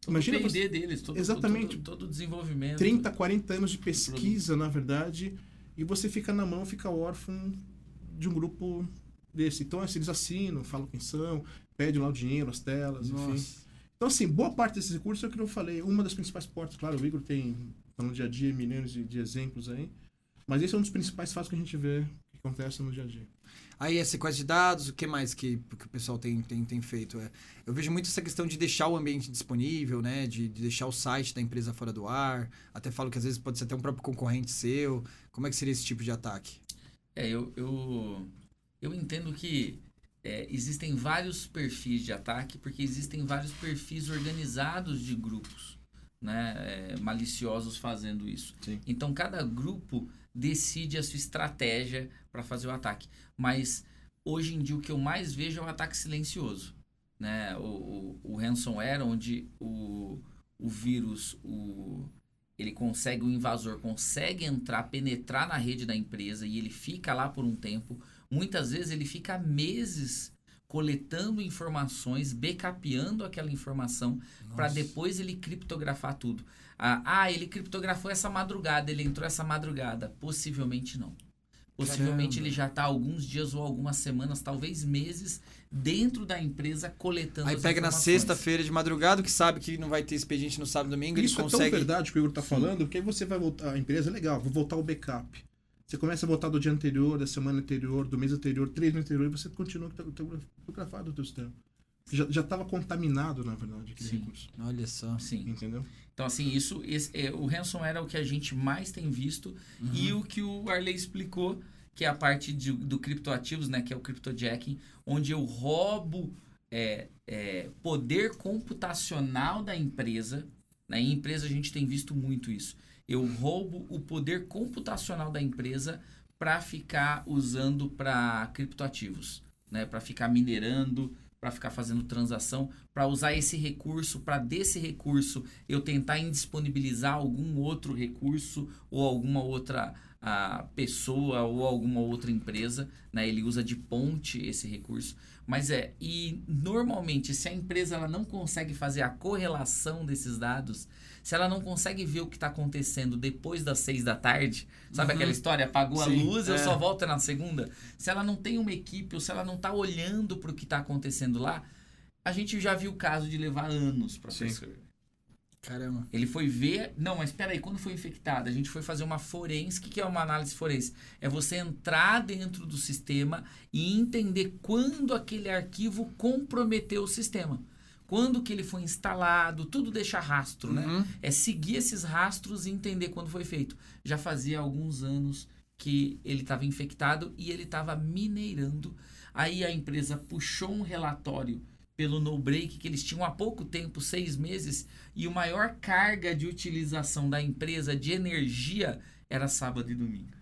Imagina o P e D você... deles, todo, Exatamente. todo o desenvolvimento. trinta, quarenta anos de pesquisa, na verdade, e você fica na mão, fica órfão de um grupo desse. Então, assim, eles assinam, falam quem são, pedem lá o dinheiro, as telas, Nossa. enfim. Então, assim, boa parte desses recursos é o que eu falei. Uma das principais portas, claro, o Igor tem, tá no dia a dia, milhões de, de exemplos aí, mas esse é um dos principais fatos que a gente vê que acontece no dia a dia. Aí é sequência de dados, o que mais que, que o pessoal tem, tem, tem feito? É, eu vejo muito essa questão de deixar o ambiente disponível, né? De, de deixar o site da empresa fora do ar. Até falo que às vezes pode ser até um próprio concorrente seu. Como é que seria esse tipo de ataque? É, eu, eu, eu entendo que é, existem vários perfis de ataque, porque existem vários perfis organizados de grupos, né? É, maliciosos fazendo isso. Sim. Então, cada grupo decide a sua estratégia para fazer o ataque. Mas, hoje em dia, o que eu mais vejo é o ataque silencioso, né? O, o, o ransomware, onde o, o vírus, o, ele consegue, o invasor consegue entrar, penetrar na rede da empresa e ele fica lá por um tempo. Muitas vezes, ele fica meses coletando informações, backupeando aquela informação para depois ele criptografar tudo. Ah, ah, ele criptografou essa madrugada, ele entrou essa madrugada. Possivelmente não. Possivelmente Caramba. ele já está alguns dias ou algumas semanas, talvez meses, dentro da empresa coletando Aí as pega na informações. sexta-feira de madrugada, que sabe que não vai ter expediente no sábado e domingo, Isso ele é consegue... tão verdade o que o Igor está falando, porque aí você vai voltar, a empresa é legal, vou voltar o backup. Você começa a voltar do dia anterior, da semana anterior, do mês anterior, três meses anterior, e você continua criptografado o teu sistema. Já estava contaminado, na verdade, aquele Sim. recurso. Olha só. Sim. Entendeu? Então, assim, isso, esse, é, o ransomware é o que a gente mais tem visto e o que o Arley explicou, que é a parte de, do criptoativos, né, que é o cryptojacking, onde eu roubo é, é, poder computacional da empresa. Na né, empresa a gente tem visto muito isso. Eu roubo o poder computacional da empresa para ficar usando para criptoativos, né, para ficar minerando, para ficar fazendo transação, para usar esse recurso, para desse recurso eu tentar indisponibilizar algum outro recurso ou alguma outra a pessoa ou alguma outra empresa, né? Ele usa de ponte esse recurso. Mas é, e normalmente se a empresa ela não consegue fazer a correlação desses dados, se ela não consegue ver o que está acontecendo depois das seis da tarde, sabe Uhum. aquela história, apagou Sim, a luz, eu é. só volto na segunda? Se ela não tem uma equipe ou se ela não está olhando para o que está acontecendo lá, a gente já viu o caso de levar anos para Sim. perceber. Caramba. Ele foi ver... Não, mas espera aí, quando foi infectado, a gente foi fazer uma forense. O que é uma análise forense? É você entrar dentro do sistema e entender quando aquele arquivo comprometeu o sistema. Quando que ele foi instalado, tudo deixa rastro, né? Uhum. É seguir esses rastros e entender quando foi feito. Já fazia alguns anos que ele estava infectado e ele estava minerando. Aí a empresa puxou um relatório pelo no-break, que eles tinham há pouco tempo, seis meses, e a maior carga de utilização da empresa de energia era sábado e domingo.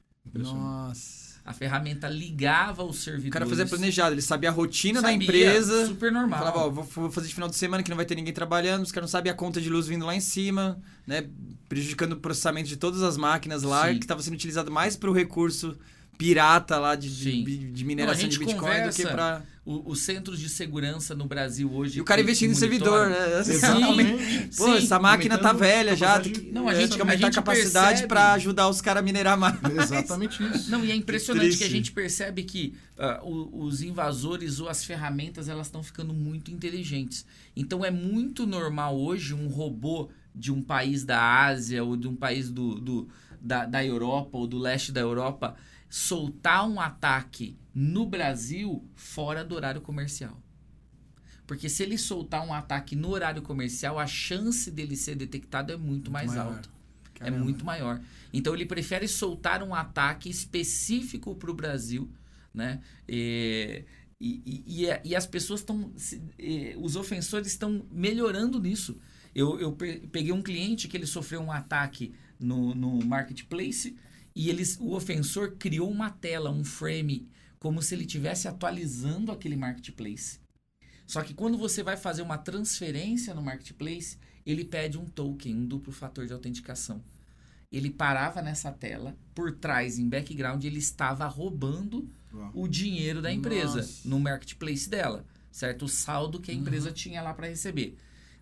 Nossa. A ferramenta ligava os O servidores. cara fazia planejado, ele sabia a rotina Sabia, da empresa. super normal. Falava, ó, vou, vou fazer de final de semana que não vai ter ninguém trabalhando, os caras não sabem a conta de luz vindo lá em cima, né? Prejudicando o processamento de todas as máquinas lá, Sim. que estava sendo utilizado mais para o recurso pirata lá de, Sim. de, de Não, a mineração gente de Bitcoin conversa, do que para... o- os centros de segurança no Brasil hoje... E o cara que investindo em monitoram- servidor, né? Exatamente. Pô, essa máquina tá aumentando velha já, tem capacidade que, Não, a é, gente- tem que a aumentar a gente capacidade percebe- para ajudar os caras a minerar mais. Exatamente isso. Não, e é impressionante Triste. que a gente percebe que ah, o- os invasores ou as ferramentas elas estão ficando muito inteligentes. Então é muito normal hoje um robô de um país da Ásia ou de um país do, do- da, da Europa ou do leste da Europa soltar um ataque no Brasil fora do horário comercial. Porque se ele soltar um ataque no horário comercial, a chance dele ser detectado é muito, mais maior. alta. Caramba. É muito maior. Então ele prefere soltar um ataque específico para o Brasil, né? E, e, e, e as pessoas estão... Os ofensores estão melhorando nisso. Eu, eu pe- peguei um cliente que ele sofreu um ataque no, no marketplace e eles, o ofensor criou uma tela, um frame, como se ele estivesse atualizando aquele marketplace. Só que quando você vai fazer uma transferência no marketplace, ele pede um token, um duplo fator de autenticação. Ele parava nessa tela, por trás, em background, ele estava roubando Uau. o dinheiro da empresa Nossa. no marketplace dela, certo? O saldo que a empresa tinha lá para receber.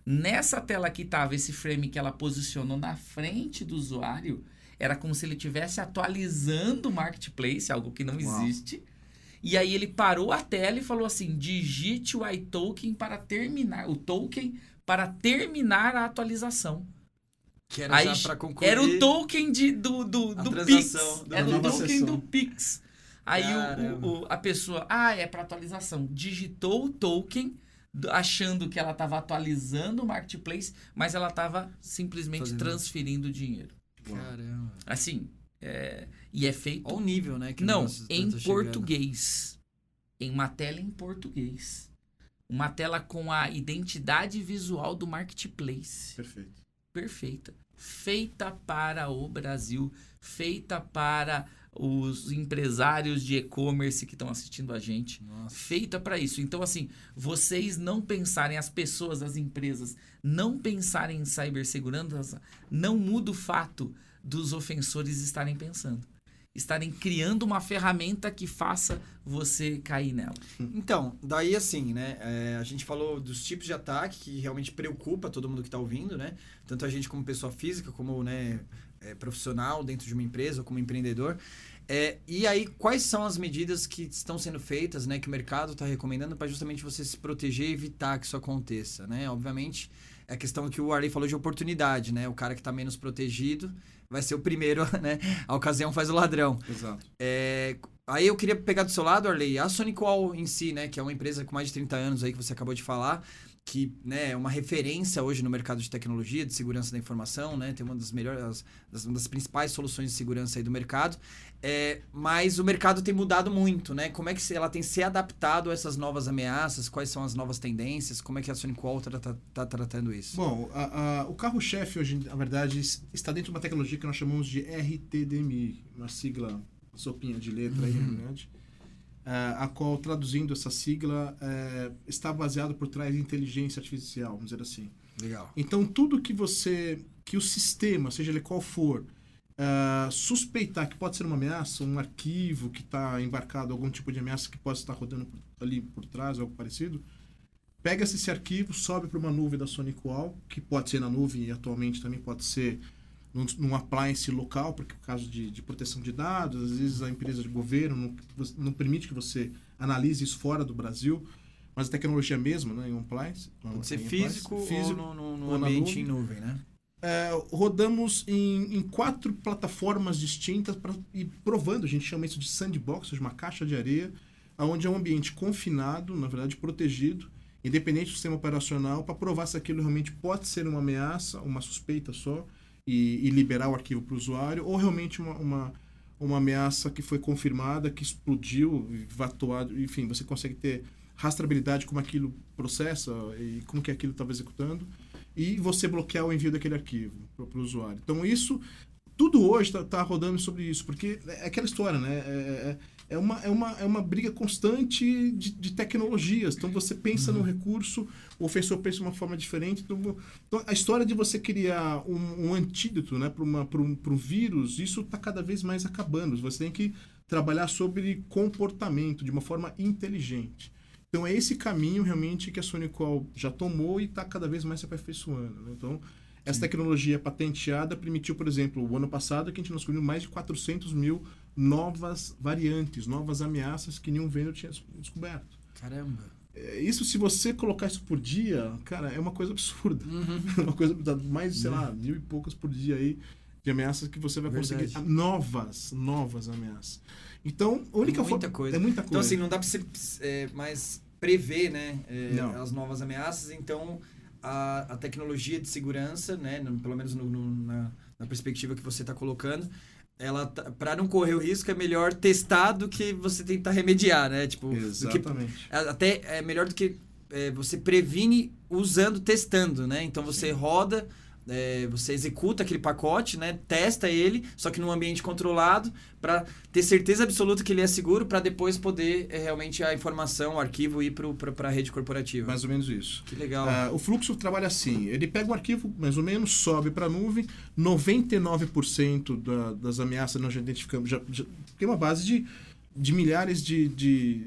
Nessa tela que estava esse frame que ela posicionou na frente do usuário, era como se ele estivesse atualizando o marketplace, algo que não Uau. existe. E aí ele parou a tela e falou assim, digite o iToken para terminar, o token para terminar a atualização. Que era Aí, já pra concluir. era o token de, do, do, a do transação, Pix. da Era o nova token sessão. do Pix. Aí o, Caramba. o, o- a pessoa, ah, é para atualização. Digitou o token, do- achando que ela estava atualizando o marketplace, mas ela estava simplesmente Fazendo. transferindo o dinheiro. Caramba. Assim, é, e é feito... Olha o nível, né? Que o Não, negócio tá- em tá chegando. português. Em uma tela em português. Uma tela com a identidade visual do marketplace. Perfeito. Perfeita. Feita para o Brasil. Feita para os empresários de e-commerce que estão assistindo a gente. Nossa. Feita para isso. Então, assim, vocês não pensarem, as pessoas, as empresas, não pensarem em cibersegurança, não muda o fato dos ofensores estarem pensando. Estarem criando uma ferramenta que faça você cair nela. Então, daí assim, né? é, a gente falou dos tipos de ataque que realmente preocupa todo mundo que está ouvindo, né? Tanto a gente como pessoa física, como né, é, profissional dentro de uma empresa ou como empreendedor. É, e aí, quais são as medidas que estão sendo feitas, né? Que o mercado está recomendando para justamente você se proteger e evitar que isso aconteça, né? Obviamente, é a questão que o Arley falou de oportunidade, né? O cara que está menos protegido vai ser o primeiro, né? A ocasião faz o ladrão. Exato. É, aí eu queria pegar do seu lado, Arley, a SonicWall em si, né? Que é uma empresa com mais de trinta anos aí que você acabou de falar, que né, é uma referência hoje no mercado de tecnologia, de segurança da informação, né? Tem uma das melhores, das, uma das principais soluções de segurança aí do mercado. É, mas o mercado tem mudado muito, né? Como é que ela tem se adaptado a essas novas ameaças? Quais são as novas tendências? Como é que a SonicWall está tá, tá tratando isso? Bom, a- a- o carro-chefe hoje, na verdade, está dentro de uma tecnologia que nós chamamos de R T D M I, uma sigla, sopinha de letra aí, na verdade, é, a qual, traduzindo essa sigla, é, está baseado por trás de inteligência artificial, vamos dizer assim. Legal. Então, tudo que você, que o sistema, seja ele qual for, uh, suspeitar que pode ser uma ameaça, um arquivo que está embarcado, algum tipo de ameaça que pode estar rodando por- ali por trás, algo parecido, pega-se esse arquivo, sobe para uma nuvem da SonicWall, que pode ser na nuvem e atualmente também pode ser num, num appliance local, porque por causa de, de proteção de dados, às vezes a empresa de governo não, não permite que você analise isso fora do Brasil, mas a tecnologia é a mesma, né, em um appliance. Pode ser em appliance, físico, físico ou no, no, no ou na ambiente nuvem. em nuvem, né? É, rodamos em, em quatro plataformas distintas pra, e provando, a gente chama isso de sandbox, ou seja, uma caixa de areia, onde é um ambiente confinado, na verdade protegido, independente do sistema operacional, para provar se aquilo realmente pode ser uma ameaça, uma suspeita só, e, e liberar o arquivo para o usuário, ou realmente uma, uma, uma ameaça que foi confirmada, que explodiu, vatuado, enfim, você consegue ter rastreabilidade como aquilo processa e como que aquilo estava executando, e você bloquear o envio daquele arquivo para o usuário. Então, isso, tudo hoje está tá rodando sobre isso, porque é aquela história, né? É, é, uma, é, uma, é uma briga constante de, de tecnologias. Então, você pensa uhum. no recurso, o ofensor pensa de uma forma diferente. Então, então a história de você criar um, um antídoto, né, para um, um vírus, isso está cada vez mais acabando. Você tem que trabalhar sobre comportamento de uma forma inteligente. Então, é esse caminho realmente que a SonicWall já tomou e está cada vez mais se aperfeiçoando, né? Então, essa Sim. tecnologia patenteada permitiu, por exemplo, o ano passado, que a gente descobriu mais de quatrocentos mil novas variantes, novas ameaças que nenhum vendedor tinha descoberto. Caramba! Isso, se você colocar isso por dia, cara, é uma coisa absurda. Uhum. Uma coisa, mais, sei uhum. lá, mil e poucas por dia aí de ameaças que você vai Verdade. conseguir. Novas, novas ameaças. Então, a única é muita forma... coisa. É muita coisa. Então, assim, não dá para você é, mais prever, né, é, as novas ameaças. Então, a, a tecnologia de segurança, né, no, pelo menos no, no, na, na perspectiva que você está colocando, ela para não correr o risco é melhor testar do que você tentar remediar, né? Tipo, Exatamente. Que, até é melhor do que é, você previne usando, testando, né? Então, você Sim. roda... É, você executa aquele pacote, né? Testa ele, só que num ambiente controlado, para ter certeza absoluta que ele é seguro, para depois poder é, realmente a informação, o arquivo ir para a rede corporativa. Mais ou menos isso. Que legal. Uh, o fluxo trabalha assim, ele pega o arquivo, mais ou menos, sobe para a nuvem, noventa e nove por cento da, das ameaças nós já identificamos, já, já tem uma base de, de milhares de, de,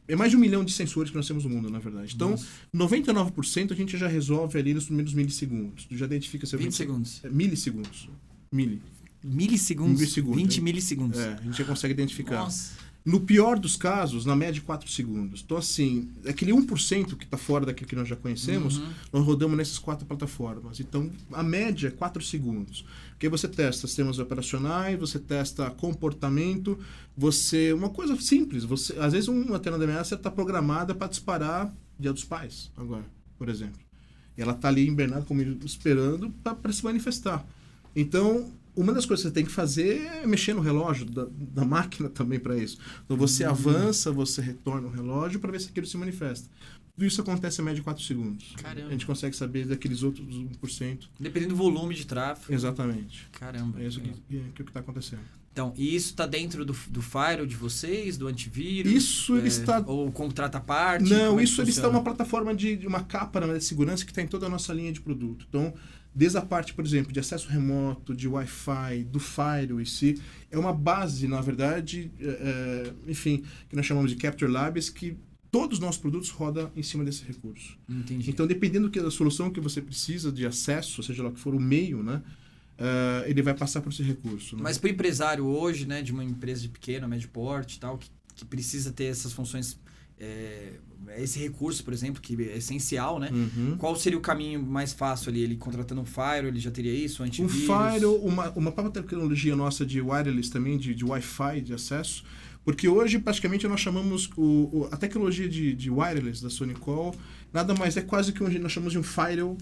É mais de um milhão de sensores que nós temos no mundo, na verdade. Então, Nossa. noventa e nove por cento a gente já resolve ali nos primeiros milissegundos. Já identifica... vinte segundos. É, milissegundos. Mili. Milissegundos? Milissegundos. vinte milissegundos. É, a gente já consegue identificar. Nossa. No pior dos casos, na média, quatro segundos. Então, assim, aquele um por cento que está fora daquilo que nós já conhecemos, uhum. nós rodamos nessas quatro plataformas. Então, a média é quatro segundos. Porque aí você testa sistemas operacionais, você testa comportamento, você... Uma coisa simples, você às vezes uma antena de ameaça está programada para disparar Dia dos Pais, agora, por exemplo. E ela está ali hibernada, como esperando, para se manifestar. Então... Uma das coisas que você tem que fazer é mexer no relógio da, da máquina também para isso. Então você uhum. avança, você retorna o relógio para ver se aquilo se manifesta. Tudo isso acontece em média de quatro segundos. Caramba. A gente consegue saber daqueles outros um por cento. Dependendo do volume de tráfego. Exatamente. Caramba. É isso que, que, que é o que está acontecendo. Então, e isso está dentro do, do firewall de vocês, do antivírus? Isso ele é, está... Ou contrata a parte? Não, é isso ele funciona? está uma plataforma de, de uma capa de segurança que está em toda a nossa linha de produto. Então, desde a parte, por exemplo, de acesso remoto, de Wi-Fi, do firewall em si, é uma base, na verdade, é, enfim, que nós chamamos de Capture Labs, que todos os nossos produtos rodam em cima desse recurso. Entendi. Então, dependendo da solução que você precisa de acesso, seja lá que for o meio, né? Uh, ele vai passar por esse recurso. Né? Mas para o empresário hoje, né, de uma empresa de pequeno, médio porte e tal, que, que precisa ter essas funções, é, esse recurso, por exemplo, que é essencial, né? Uhum. Qual seria o caminho mais fácil ali? Ele contratando um firewall, ele já teria isso, um antivírus? Um firewall, uma, uma própria tecnologia nossa de wireless também, de, de Wi-Fi, de acesso, porque hoje praticamente nós chamamos o, o, a tecnologia de, de wireless da SonicWall, nada mais é quase que um, nós chamamos de um firewall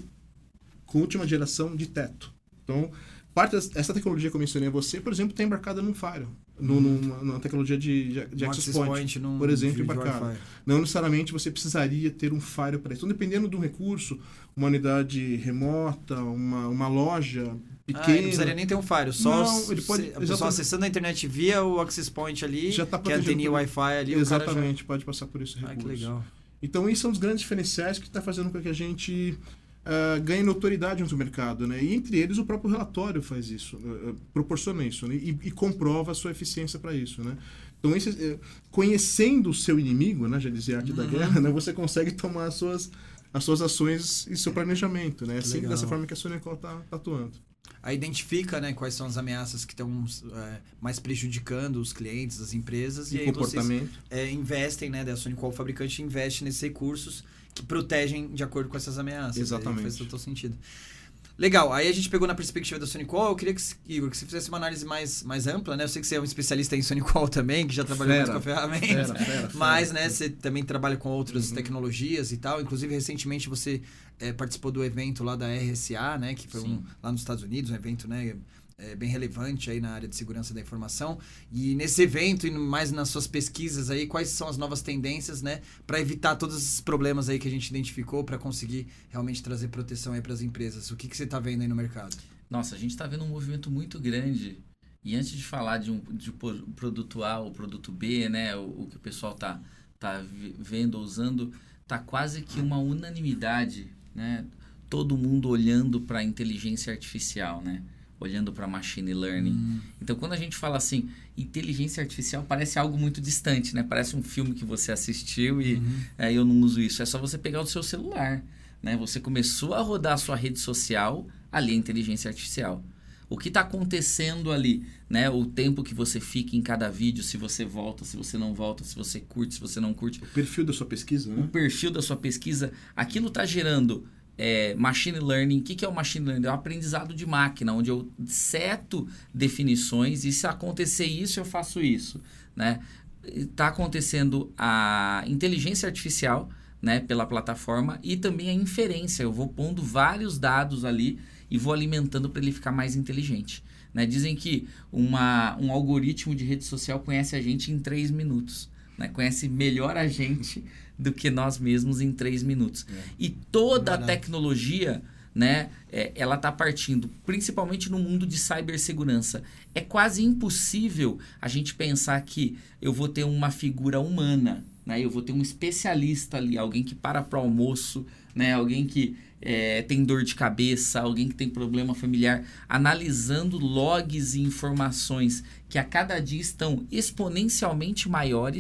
com última geração de teto. Então, parte dessa tecnologia que eu mencionei a você, por exemplo, está embarcada num firewall, num, numa, numa tecnologia de, de, de access point, point num, por exemplo, embarcada. Não necessariamente você precisaria ter um firewall para isso. Então, dependendo do recurso, uma unidade remota, uma, uma loja pequena... Ah, ele não precisaria nem ter um firewall, só não, ele pode, se, a pessoa acessando a internet via o access point ali, já tá que é a anteninha Wi-Fi ali, exatamente, o já... pode passar por esse recurso. Ah, que legal. Então, isso são os grandes diferenciais que está fazendo com que a gente... Uh, ganha notoriedade no mercado, né? E entre eles o próprio relatório faz isso, uh, proporciona isso, né? e, e comprova a sua eficiência para isso, né? Então, esse, uh, conhecendo o seu inimigo, né? Já dizia a arte uhum. da guerra, né? Você consegue tomar as suas, as suas ações e seu planejamento, né? É sempre dessa forma que a SonicWall está tá atuando. Aí identifica, né, quais são as ameaças que estão é, mais prejudicando os clientes, as empresas, e, e aí comportamento. vocês é, investem, né, da SonicWall, o fabricante investe nesses recursos que protegem de acordo com essas ameaças. Exatamente. Faz total sentido. Legal, aí a gente pegou na perspectiva da SonicWall, eu queria que, Igor, que você fizesse uma análise mais, mais ampla, né? Eu sei que você é um especialista em SonicWall também, que já trabalhou fera, muito com a ferramenta, fera, fera, mas, fera. né, você também trabalha com outras uhum. tecnologias e tal, inclusive recentemente você é, participou do evento lá da R S A, né, que foi um, lá nos Estados Unidos, um evento, né, é, bem relevante aí na área de segurança da informação, e nesse evento e mais nas suas pesquisas aí, quais são as novas tendências, né, para evitar todos esses problemas aí que a gente identificou, para conseguir realmente trazer proteção aí para as empresas? O que, que você está vendo aí no mercado? Nossa, a gente está vendo um movimento muito grande, e antes de falar de um de produto A ou produto B, né, o, o que o pessoal tá, tá vendo, usando, tá quase que uma unanimidade, né, todo mundo olhando para a inteligência artificial, né, olhando para machine learning. Hum. Então, quando a gente fala assim, inteligência artificial parece algo muito distante, né? Parece um filme que você assistiu e uhum. é, eu não uso isso. É só você pegar o seu celular, né? Você começou a rodar a sua rede social, ali é inteligência artificial. O que está acontecendo ali, né? O tempo que você fica em cada vídeo, se você volta, se você não volta, se você curte, se você não curte. O perfil da sua pesquisa, né? O perfil da sua pesquisa. Aquilo está gerando... É, machine learning. O que, que é o machine learning? É um aprendizado de máquina, onde eu seto definições e se acontecer isso, eu faço isso, né? Está acontecendo a inteligência artificial, né, pela plataforma, e também a inferência. Eu vou pondo vários dados ali e vou alimentando para ele ficar mais inteligente, né? Dizem que uma, um algoritmo de rede social conhece a gente em três minutos. Né? Conhece melhor a gente do que nós mesmos em três minutos. É. E toda Maravilha. a tecnologia, né, é, ela está partindo, principalmente no mundo de cibersegurança. É quase impossível a gente pensar que eu vou ter uma figura humana, né? Eu vou ter um especialista ali, alguém que para para o almoço, né? Alguém que é, tem dor de cabeça, alguém que tem problema familiar, analisando logs e informações que a cada dia estão exponencialmente maiores,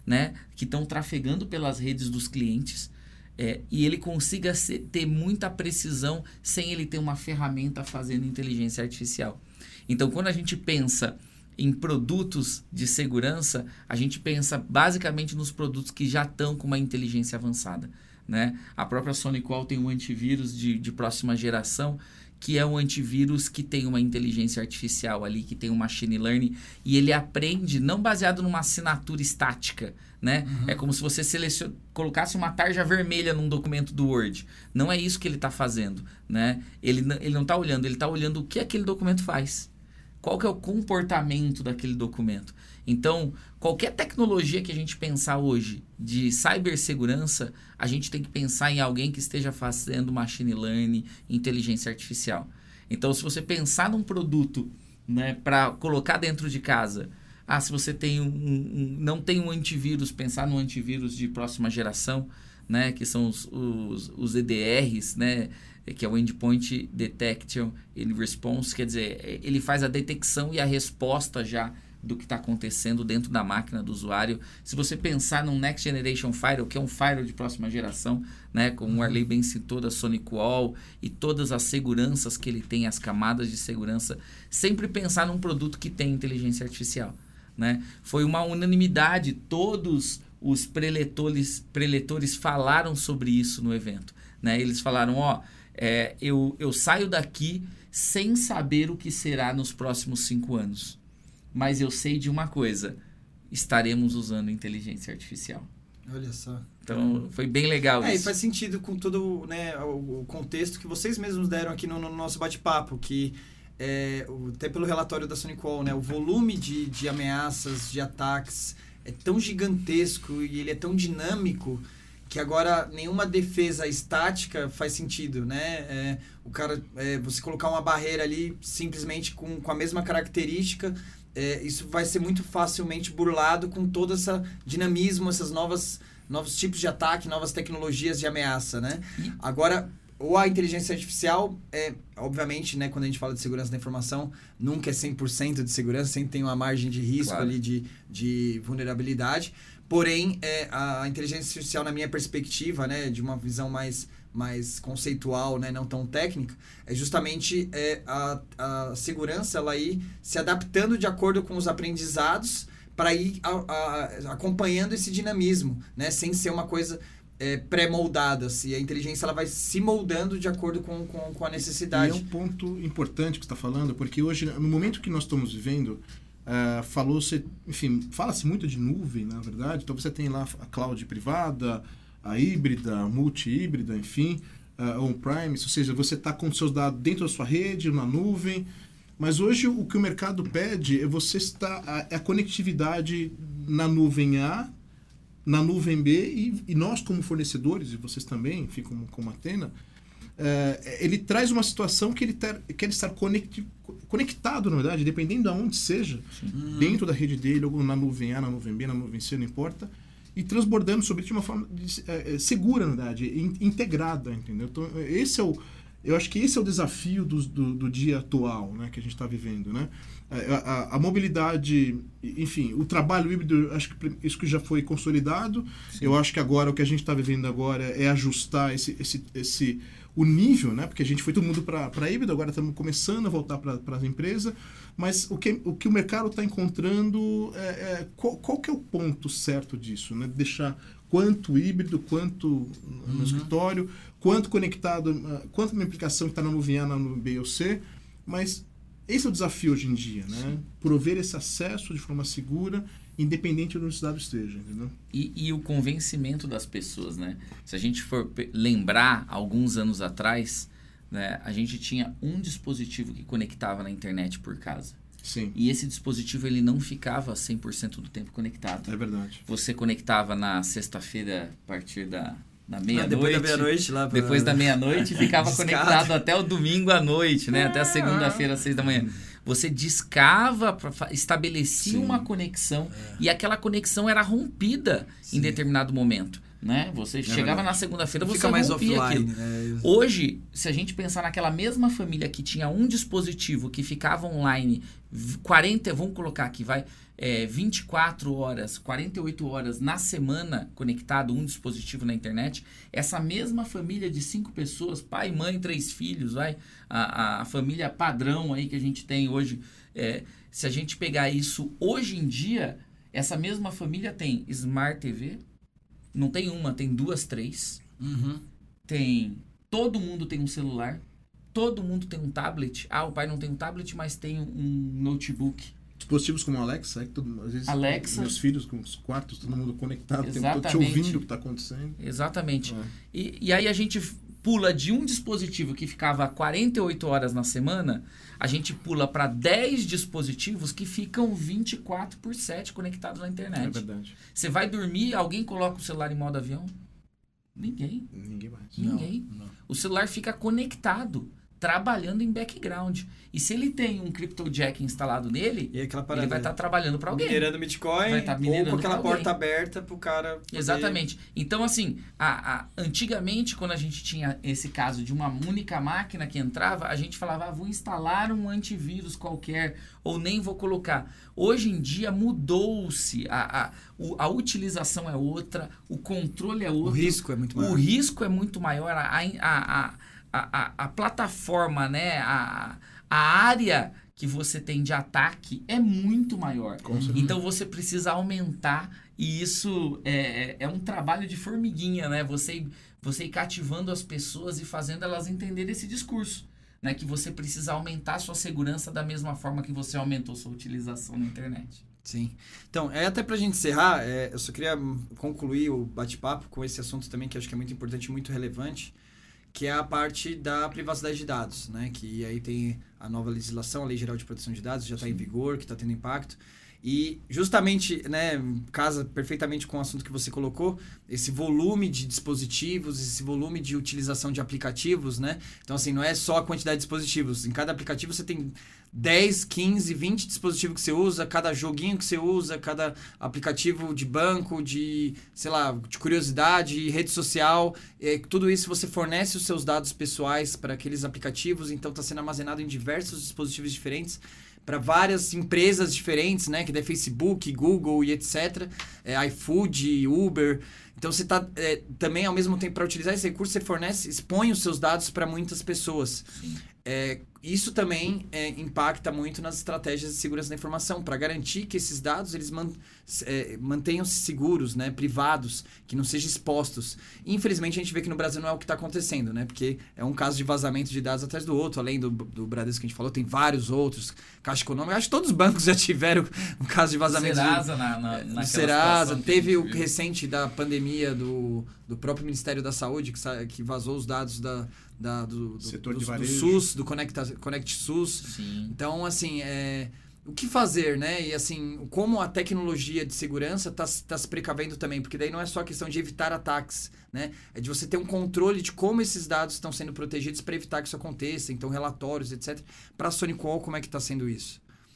né, que estão trafegando pelas redes dos clientes, é, e ele consiga ser, ter muita precisão sem ele ter uma ferramenta fazendo inteligência artificial. Então, quando a gente pensa em produtos de segurança, a gente pensa basicamente nos produtos que já estão com uma inteligência avançada, né? A própria SonicWall tem um antivírus de, de próxima geração, que é um antivírus que tem uma inteligência artificial ali, que tem um machine learning, e ele aprende não baseado numa assinatura estática, né? Uhum. É como se você selecion... colocasse uma tarja vermelha num documento do Word. Não é isso que ele está fazendo, né? Ele, ele não está olhando, ele está olhando o que aquele documento faz. Qual que é o comportamento daquele documento. Então, qualquer tecnologia que a gente pensar hoje de cibersegurança, a gente tem que pensar em alguém que esteja fazendo machine learning, inteligência artificial. Então, se você pensar num produto, né, para colocar dentro de casa, ah, se você tem um, um, não tem um antivírus, pensar no antivírus de próxima geração, né, que são os, os, os E D Rs, né, que é o Endpoint Detection and Response, quer dizer, ele faz a detecção e a resposta já do que está acontecendo dentro da máquina do usuário. Se você pensar num Next Generation Firewall, que é um firewall de próxima geração, né, como o Arley bem citou, da SonicWall, e todas as seguranças que ele tem, as camadas de segurança, sempre pensar num produto que tem inteligência artificial, né? Foi uma unanimidade, todos os preletores, preletores falaram sobre isso no evento, né? Eles falaram, ó, é, eu, eu saio daqui sem saber o que será nos próximos cinco anos. Mas eu sei de uma coisa, estaremos usando inteligência artificial. Olha só. Então, foi bem legal é, isso. E faz sentido com todo, né, o, o contexto que vocês mesmos deram aqui no, no nosso bate-papo, que é, o, até pelo relatório da SonicWall, né, o volume de, de ameaças, de ataques é tão gigantesco e ele é tão dinâmico que agora nenhuma defesa estática faz sentido, né? É, o cara, é, você colocar uma barreira ali simplesmente com, com a mesma característica, é, isso vai ser muito facilmente burlado com todo esse dinamismo, essas novas novos tipos de ataque, novas tecnologias de ameaça, né? E... Agora, ou a inteligência artificial, é, obviamente, né, quando a gente fala de segurança da informação, nunca é cem por cento de segurança, sempre tem uma margem de risco claro. ali, de, de vulnerabilidade. Porém, é, a inteligência artificial, na minha perspectiva, né, de uma visão mais, mais conceitual, né, não tão técnica, é justamente é, a, a segurança ela ir se adaptando de acordo com os aprendizados para ir a, a, acompanhando esse dinamismo, né, sem ser uma coisa é, pré-moldada. Assim, a inteligência ela vai se moldando de acordo com, com, com a necessidade. E é um ponto importante que você está falando, porque hoje, no momento que nós estamos vivendo, Uh, falou-se, enfim, fala-se muito de nuvem, na verdade. Então você tem lá a cloud privada, a híbrida, a multi-híbrida, enfim, uh, on-premise, ou seja, você está com seus dados dentro da sua rede, na nuvem. Mas hoje o que o mercado pede é você estar a, a conectividade na nuvem A, na nuvem B, e, e nós como fornecedores, e vocês também, enfim, como, como Athena, uh, ele traz uma situação que ele ter, quer estar conectado conectado, na verdade, dependendo de onde seja, uhum. dentro da rede dele, ou na nuvem A, na nuvem B, na nuvem C, não importa, e transbordando sobre isso de uma forma de, é, segura, na verdade, in, integrada, entendeu? Então, esse é o, eu acho que esse é o desafio do, do, do dia atual, né, que a gente está vivendo, né? A, a, a mobilidade, enfim, o trabalho híbrido, acho que isso que já foi consolidado. Sim. Eu acho que agora, o que a gente está vivendo agora é ajustar esse, esse, esse o nível, né? Porque a gente foi todo mundo para híbrido, agora estamos começando a voltar para as empresas, mas o que o, que o mercado está encontrando, é, é, qual, qual que é o ponto certo disso, né? Deixar quanto híbrido, quanto no uhum. escritório, quanto conectado, quanto uma aplicação que está na nuvem A, na nuvem B ou C, mas esse é o desafio hoje em dia, né? Prover esse acesso de forma segura, independente de onde o dado esteja, entendeu? E, e o convencimento das pessoas, né? Se a gente for lembrar, alguns anos atrás, né, a gente tinha um dispositivo que conectava na internet por casa. Sim. E esse dispositivo ele não ficava cem por cento do tempo conectado. É verdade. Você conectava na sexta-feira a partir da... Da meia-noite. Ah, depois da meia-noite lá. Pra... Depois da meia-noite ficava conectado até o domingo à noite, né? Até a segunda-feira, às seis da manhã. Você discava, estabelecia Sim. uma conexão é. e aquela conexão era rompida Sim. em determinado momento. Né? Você É chegava verdade. na segunda-feira, você Fica mais rompia offline, aquilo. né? Hoje, se a gente pensar naquela mesma família que tinha um dispositivo que ficava online quarenta, vamos colocar aqui, vai, é, vinte e quatro horas, quarenta e oito horas na semana conectado, um dispositivo na internet, essa mesma família de cinco pessoas, pai, mãe, três filhos, vai, a, a família padrão aí que a gente tem hoje, é, se a gente pegar isso hoje em dia, essa mesma família tem Smart T V, não tem uma, tem duas, três. Uhum. Tem... Todo mundo tem um celular. Todo mundo tem um tablet. Ah, o pai não tem um tablet, mas tem um notebook. Dispositivos como Alexa, é que todo, às vezes Alexa. meus filhos com os quartos, todo mundo conectado, o tempo todo te Exatamente. ouvindo o que está acontecendo. Exatamente. É. E, e aí a gente pula de um dispositivo que ficava quarenta e oito horas na semana, a gente pula para dez dispositivos que ficam vinte e quatro por sete conectados na internet. É verdade. Você vai dormir, alguém coloca o celular em modo avião? Ninguém. Ninguém mais. Ninguém. Não, não. O celular fica conectado, trabalhando em background. E se ele tem um CryptoJack instalado nele, E aquela parada, ele vai estar trabalhando para alguém. minerando Bitcoin, Vai tá minerando ou com aquela pra alguém. porta aberta pro cara poder... Exatamente. Então, assim, a, a, antigamente, quando a gente tinha esse caso de uma única máquina que entrava, a gente falava, ah, vou instalar um antivírus qualquer, ou nem vou colocar. Hoje em dia, mudou-se. A, a, o- a utilização é outra, o controle é O outro. risco é muito maior. O risco é muito maior. A, a, a, a, a, a plataforma, né? A, a área que você tem de ataque é muito maior. Com certeza. Então você precisa aumentar e isso é, é um trabalho de formiguinha, né? Você, você ir cativando as pessoas e fazendo elas entenderem esse discurso, né? Que você precisa aumentar a sua segurança da mesma forma que você aumentou sua utilização na internet. Sim. Então, é até pra gente encerrar, é, eu só queria concluir o bate-papo com esse assunto também, que eu acho que é muito importante e muito relevante, que é a parte da privacidade de dados, né? Que aí tem a nova legislação, a Lei Geral de Proteção de Dados, já está em vigor, que está tendo impacto. E justamente, né, casa perfeitamente com o assunto que você colocou, esse volume de dispositivos, esse volume de utilização de aplicativos, né? Então, assim, não é só a quantidade de dispositivos. Em cada aplicativo você tem dez, quinze, vinte dispositivos que você usa, cada joguinho que você usa, cada aplicativo de banco, de, sei lá, de curiosidade, rede social, é, tudo isso você fornece os seus dados pessoais para aqueles aplicativos, então está sendo armazenado em diversos dispositivos diferentes, para várias empresas diferentes, né? Que é Facebook, Google e etcétera. É, iFood, Uber. Então, você está é, também, ao mesmo tempo, para utilizar esse recurso, você fornece, expõe os seus dados para muitas pessoas. É, isso também é, impacta muito nas estratégias de segurança da informação, para garantir que esses dados eles man, é, mantenham-se seguros, né, privados, que não sejam expostos. Infelizmente, a gente vê que no Brasil não é o que está acontecendo, né, porque é um caso de vazamento de dados atrás do outro, além do, do Bradesco que a gente falou, tem vários outros, Caixa Econômica, acho que todos os bancos já tiveram um caso de vazamento. Serasa, de, na, na, do naquela Serasa, situação que teve a o gente viu. recente da pandemia do, do próprio Ministério da Saúde, que, sa- que vazou os dados da, da, do, do, Setor do, de do varejo. SUS, do Conecta, Conect SUS. Sim. Então, assim, é, o que fazer, né? E, assim, como a tecnologia de segurança está tá se precavendo também, porque daí não é só a questão de evitar ataques, né? É de você ter um controle de como esses dados estão sendo protegidos para evitar que isso aconteça, então relatórios, etcétera. Para a SonicWall, como é que está sendo isso?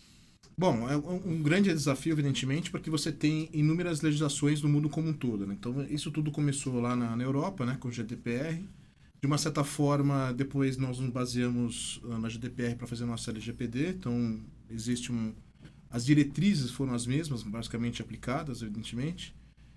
Bom, é um um grande desafio, evidentemente, porque você tem inúmeras legislações no mundo como um todo, né? Então, isso tudo começou lá na, na Europa, né, com o G D P R. De uma certa forma, depois nós nos baseamos uh, na G D P R para fazer a nossa L G P D. Então, existe um... As diretrizes foram as mesmas, basicamente aplicadas, evidentemente.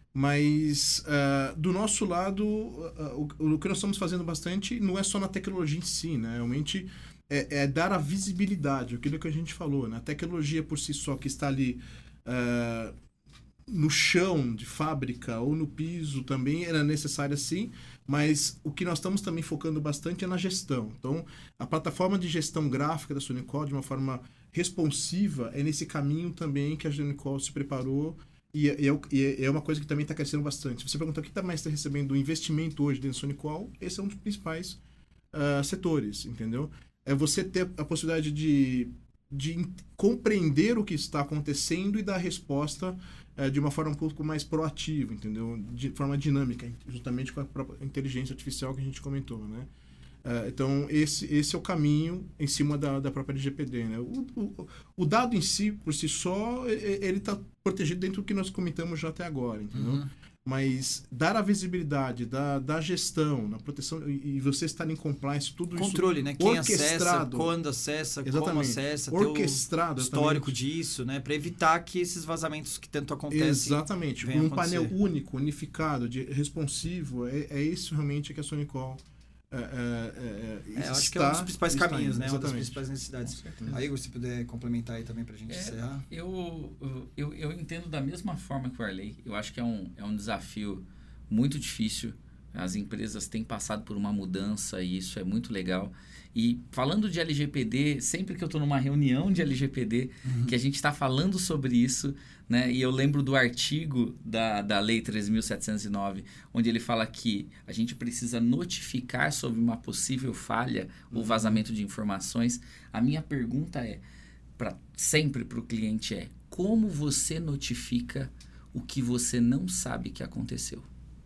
Mas, uh, do nosso lado, uh, o, o que nós estamos fazendo bastante não é só na tecnologia em si, né? Realmente é, é dar a visibilidade, aquilo que a gente falou, né? A tecnologia por si só que está ali uh, no chão de fábrica ou no piso também era necessária sim, mas o que nós estamos também focando bastante é na gestão. Então, a plataforma de gestão gráfica da SonicWall, de uma forma responsiva, é nesse caminho também que a SonicWall se preparou. E é, e é uma coisa que também está crescendo bastante. Se você perguntar o que está mais tá recebendo investimento hoje dentro do SonicWall, esse é um dos principais uh, setores, entendeu? É você ter a possibilidade de, de compreender o que está acontecendo e dar resposta uh, de uma forma um pouco mais proativa, entendeu? De forma dinâmica, justamente com a própria inteligência artificial que a gente comentou, né? Uh, então, esse, esse é o caminho em cima da, da própria L G P D, né? O, o, o dado em si, por si só, ele está protegido dentro do que nós comentamos já até agora, entendeu? Uhum. Mas dar a visibilidade da, da gestão, na proteção, e, e você estar em compliance, tudo Controle, isso né? Quem orquestrado. acessa, quando acessa, Exatamente. como acessa, Orquestrado, ter o histórico exatamente. disso, né? Para evitar que esses vazamentos que tanto acontecem. Exatamente. venham Um acontecer. painel único, unificado, de, responsivo, é, é isso realmente que a Sonicol é, é, é, É, eu acho está, que é um dos principais está caminhos, indo, né? Uma das exatamente. principais necessidades. Com certeza. Aí, Igor, se puder complementar aí também pra gente É, encerrar. Eu, eu, eu entendo da mesma forma que o Arley. Eu acho que é um, é um desafio muito difícil. As empresas têm passado por uma mudança e isso é muito legal. E falando de L G P D, sempre que eu estou numa reunião de L G P D, uhum. que a gente está falando sobre isso, né? E eu lembro do artigo da, da Lei treze mil setecentos e nove, onde ele fala que a gente precisa notificar sobre uma possível falha ou vazamento de informações. A minha pergunta é, pra, sempre para o cliente é, como você notifica o que você não sabe que aconteceu?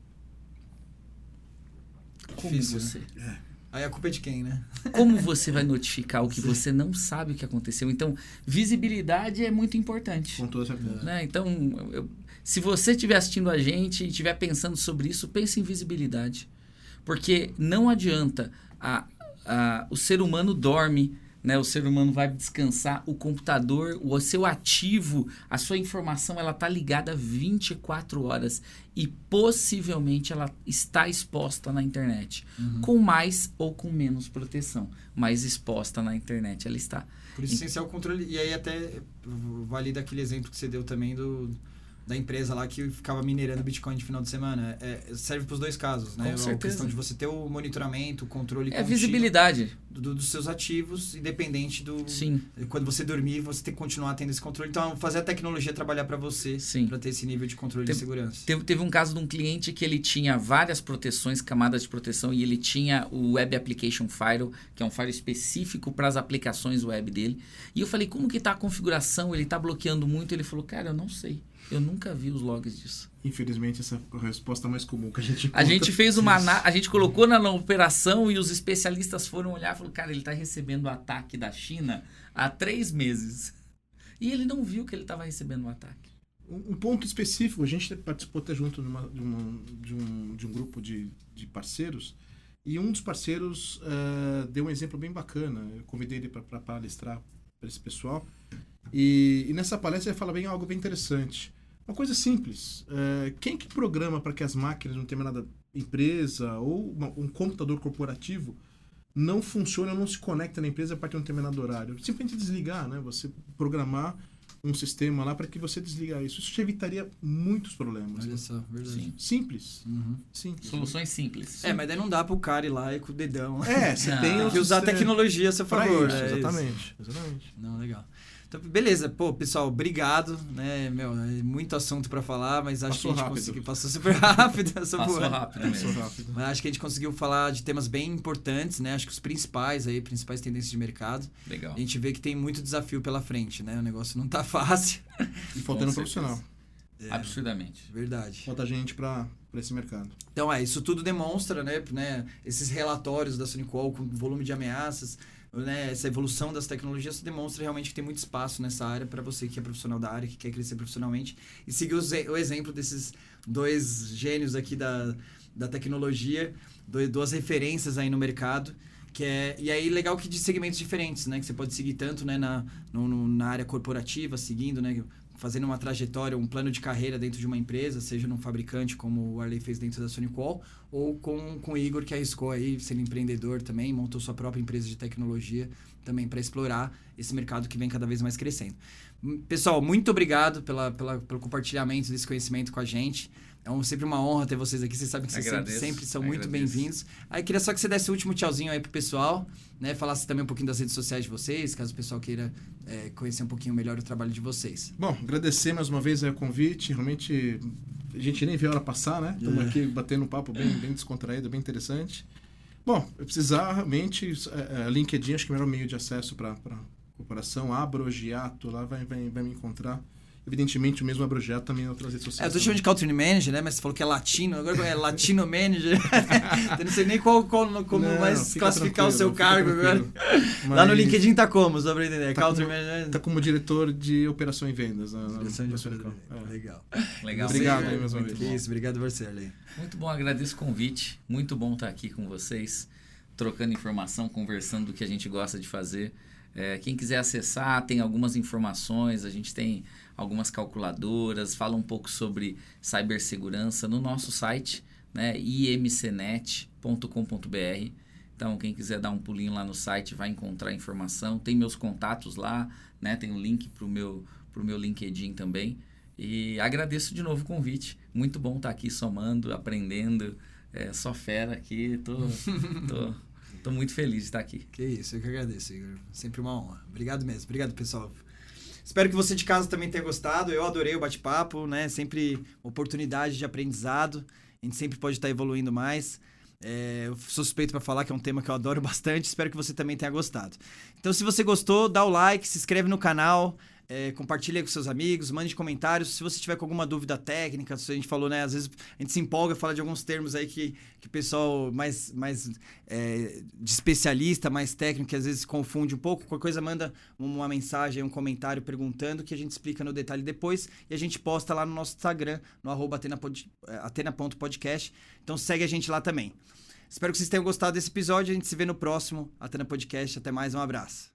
Como Difícil, você? Né? É. Aí a culpa é de quem, né? Como você vai notificar o que Sim. você não sabe o que aconteceu? Então, visibilidade é muito importante. Com toda certeza. Né? Então, eu, se você estiver assistindo a gente e estiver pensando sobre isso, pense em visibilidade. Porque não adianta, a, a, o ser humano dorme, né? O ser humano vai descansar, o computador, o seu ativo, a sua informação, ela está ligada vinte e quatro horas e possivelmente ela está exposta na internet, uhum. com mais ou com menos proteção, mas exposta na internet ela está. Por isso, essencial o controle, e aí até valida aquele exemplo que você deu também do... da empresa lá que ficava minerando Bitcoin de final de semana. É, serve para os dois casos, né? Com certeza. A questão de você ter o monitoramento, o controle É a visibilidade do, dos seus ativos, independente do... Sim. Quando você dormir, você tem que continuar tendo esse controle. Então, fazer a tecnologia trabalhar para você, para ter esse nível de controle teve, de segurança. Teve, teve um caso de um cliente que ele tinha várias proteções, camadas de proteção, e ele tinha o Web Application Firewall, que é um firewall específico para as aplicações web dele. E eu falei, como que está a configuração? Ele está bloqueando muito. Ele falou, cara, eu não sei. Eu nunca vi os logs disso. Infelizmente, essa é a resposta mais comum que a gente encontra. A gente fez uma... A gente colocou na, na operação e os especialistas foram olhar e falaram, cara, ele está recebendo o ataque da China há três meses. E ele não viu que ele estava recebendo o ataque. Um, um ponto específico, a gente participou até junto numa, de, uma, de, um, de um grupo de, de parceiros, e um dos parceiros uh, deu um exemplo bem bacana. Eu convidei ele para palestrar para esse pessoal. E, e nessa palestra ele fala bem algo bem interessante. Uma coisa simples. É, quem que programa para que as máquinas de uma determinada empresa ou uma, um computador corporativo não funcione ou não se conecta na empresa a partir de um determinado horário? Simplesmente desligar, né? Você programar um sistema lá para que você desliga isso. Isso já evitaria muitos problemas. Olha só, verdade. Sim. Simples. Uhum. Simples. Soluções simples. É, mas daí não dá pro cara ir lá e com o dedão. É, você Não. tem... Tem que usar a tecnologia a seu favor. Isso, é exatamente, isso. exatamente. Não, legal. Então, beleza. Pô, pessoal, obrigado. Né? Meu, é muito assunto para falar, mas acho Passou que a gente rápido. conseguiu... Passou super rápido. Passou rápido mesmo. Passou rápido. Mas acho que a gente conseguiu falar de temas bem importantes, né? Acho que os principais aí, principais tendências de mercado. Legal. A gente vê que tem muito desafio pela frente, né? O negócio não tá fácil. E faltando profissional. É, Absurdamente. Verdade. Falta gente para esse mercado. Então, é, isso tudo demonstra, né? né esses relatórios da Sonicol com volume de ameaças, né, essa evolução das tecnologias demonstra realmente que tem muito espaço nessa área para você que é profissional da área, que quer crescer profissionalmente e seguir o exemplo desses dois gênios aqui da, da tecnologia, duas referências aí no mercado. Que é, e aí, legal que de segmentos diferentes, né? Que você pode seguir tanto, né, na, no, na área corporativa, seguindo, né? Fazendo uma trajetória, um plano de carreira dentro de uma empresa, seja num fabricante, como o Arley fez dentro da Sonicol, ou com, com o Igor, que arriscou aí, sendo empreendedor também, montou sua própria empresa de tecnologia também para explorar esse mercado que vem cada vez mais crescendo. Pessoal, muito obrigado pela, pela, pelo compartilhamento desse conhecimento com a gente. É um, sempre uma honra ter vocês aqui. Vocês sabem que vocês sempre, sempre são muito bem-vindos. Aí queria só que você desse o último tchauzinho aí pro pessoal, né? Falasse também um pouquinho das redes sociais de vocês, caso o pessoal queira é, conhecer um pouquinho melhor o trabalho de vocês. Bom, agradecer mais uma vez aí o convite. Realmente, a gente nem vê a hora passar, né? Estamos é. aqui batendo um papo bem, bem descontraído, bem interessante. Bom, eu precisar realmente... É, LinkedIn acho que é o melhor meio de acesso para a corporação. Abra o Giato, lá vai, vai, vai me encontrar. evidentemente, o mesmo projeto também em outras redes sociais. É, eu tô chamando de Country Manager, né? Mas você falou que é latino, agora é Latino Manager. Eu não sei nem qual, qual, como Não, mais fica classificar o seu fica cargo agora. Mas Lá no LinkedIn tá como, só pra entender? Tá Country como, Manager. tá como diretor de operação e vendas. Na, na, Direção de na operação. é. Legal. Legal. Obrigado Sim, aí, mais uma muito vez. bom. Isso, obrigado você, Arley. Muito bom, agradeço o convite. Muito bom estar aqui com vocês, trocando informação, conversando do que a gente gosta de fazer. É, quem quiser acessar, tem algumas informações, a gente tem algumas calculadoras, fala um pouco sobre cibersegurança no nosso site, né, i m c net ponto com ponto b r. Então, quem quiser dar um pulinho lá no site vai encontrar informação. Tem meus contatos lá, né, tem um link para o meu, pro meu LinkedIn também. E agradeço de novo o convite. Muito bom estar aqui somando, aprendendo. É, só fera aqui, tô... tô Tô muito feliz de estar aqui. Que isso, eu que agradeço, Igor. Sempre uma honra. Obrigado mesmo. Obrigado, pessoal. Espero que você de casa também tenha gostado. Eu adorei o bate-papo, né? Sempre uma oportunidade de aprendizado. A gente sempre pode estar evoluindo mais. É, eu sou suspeito para falar que é um tema que eu adoro bastante. Espero que você também tenha gostado. Então, se você gostou, dá o like, se inscreve no canal. É, compartilha com seus amigos, mande comentários. Se você tiver com alguma dúvida técnica, se a gente falou, né? Às vezes a gente se empolga, fala de alguns termos aí que, que o pessoal mais, mais é, de especialista, mais técnico, que às vezes confunde um pouco. Qualquer coisa, manda uma mensagem, um comentário perguntando, que a gente explica no detalhe depois. E a gente posta lá no nosso Instagram, no arroba atena ponto podcast. Então segue a gente lá também. Espero que vocês tenham gostado desse episódio. A gente se vê no próximo Atena Podcast. Até mais, um abraço.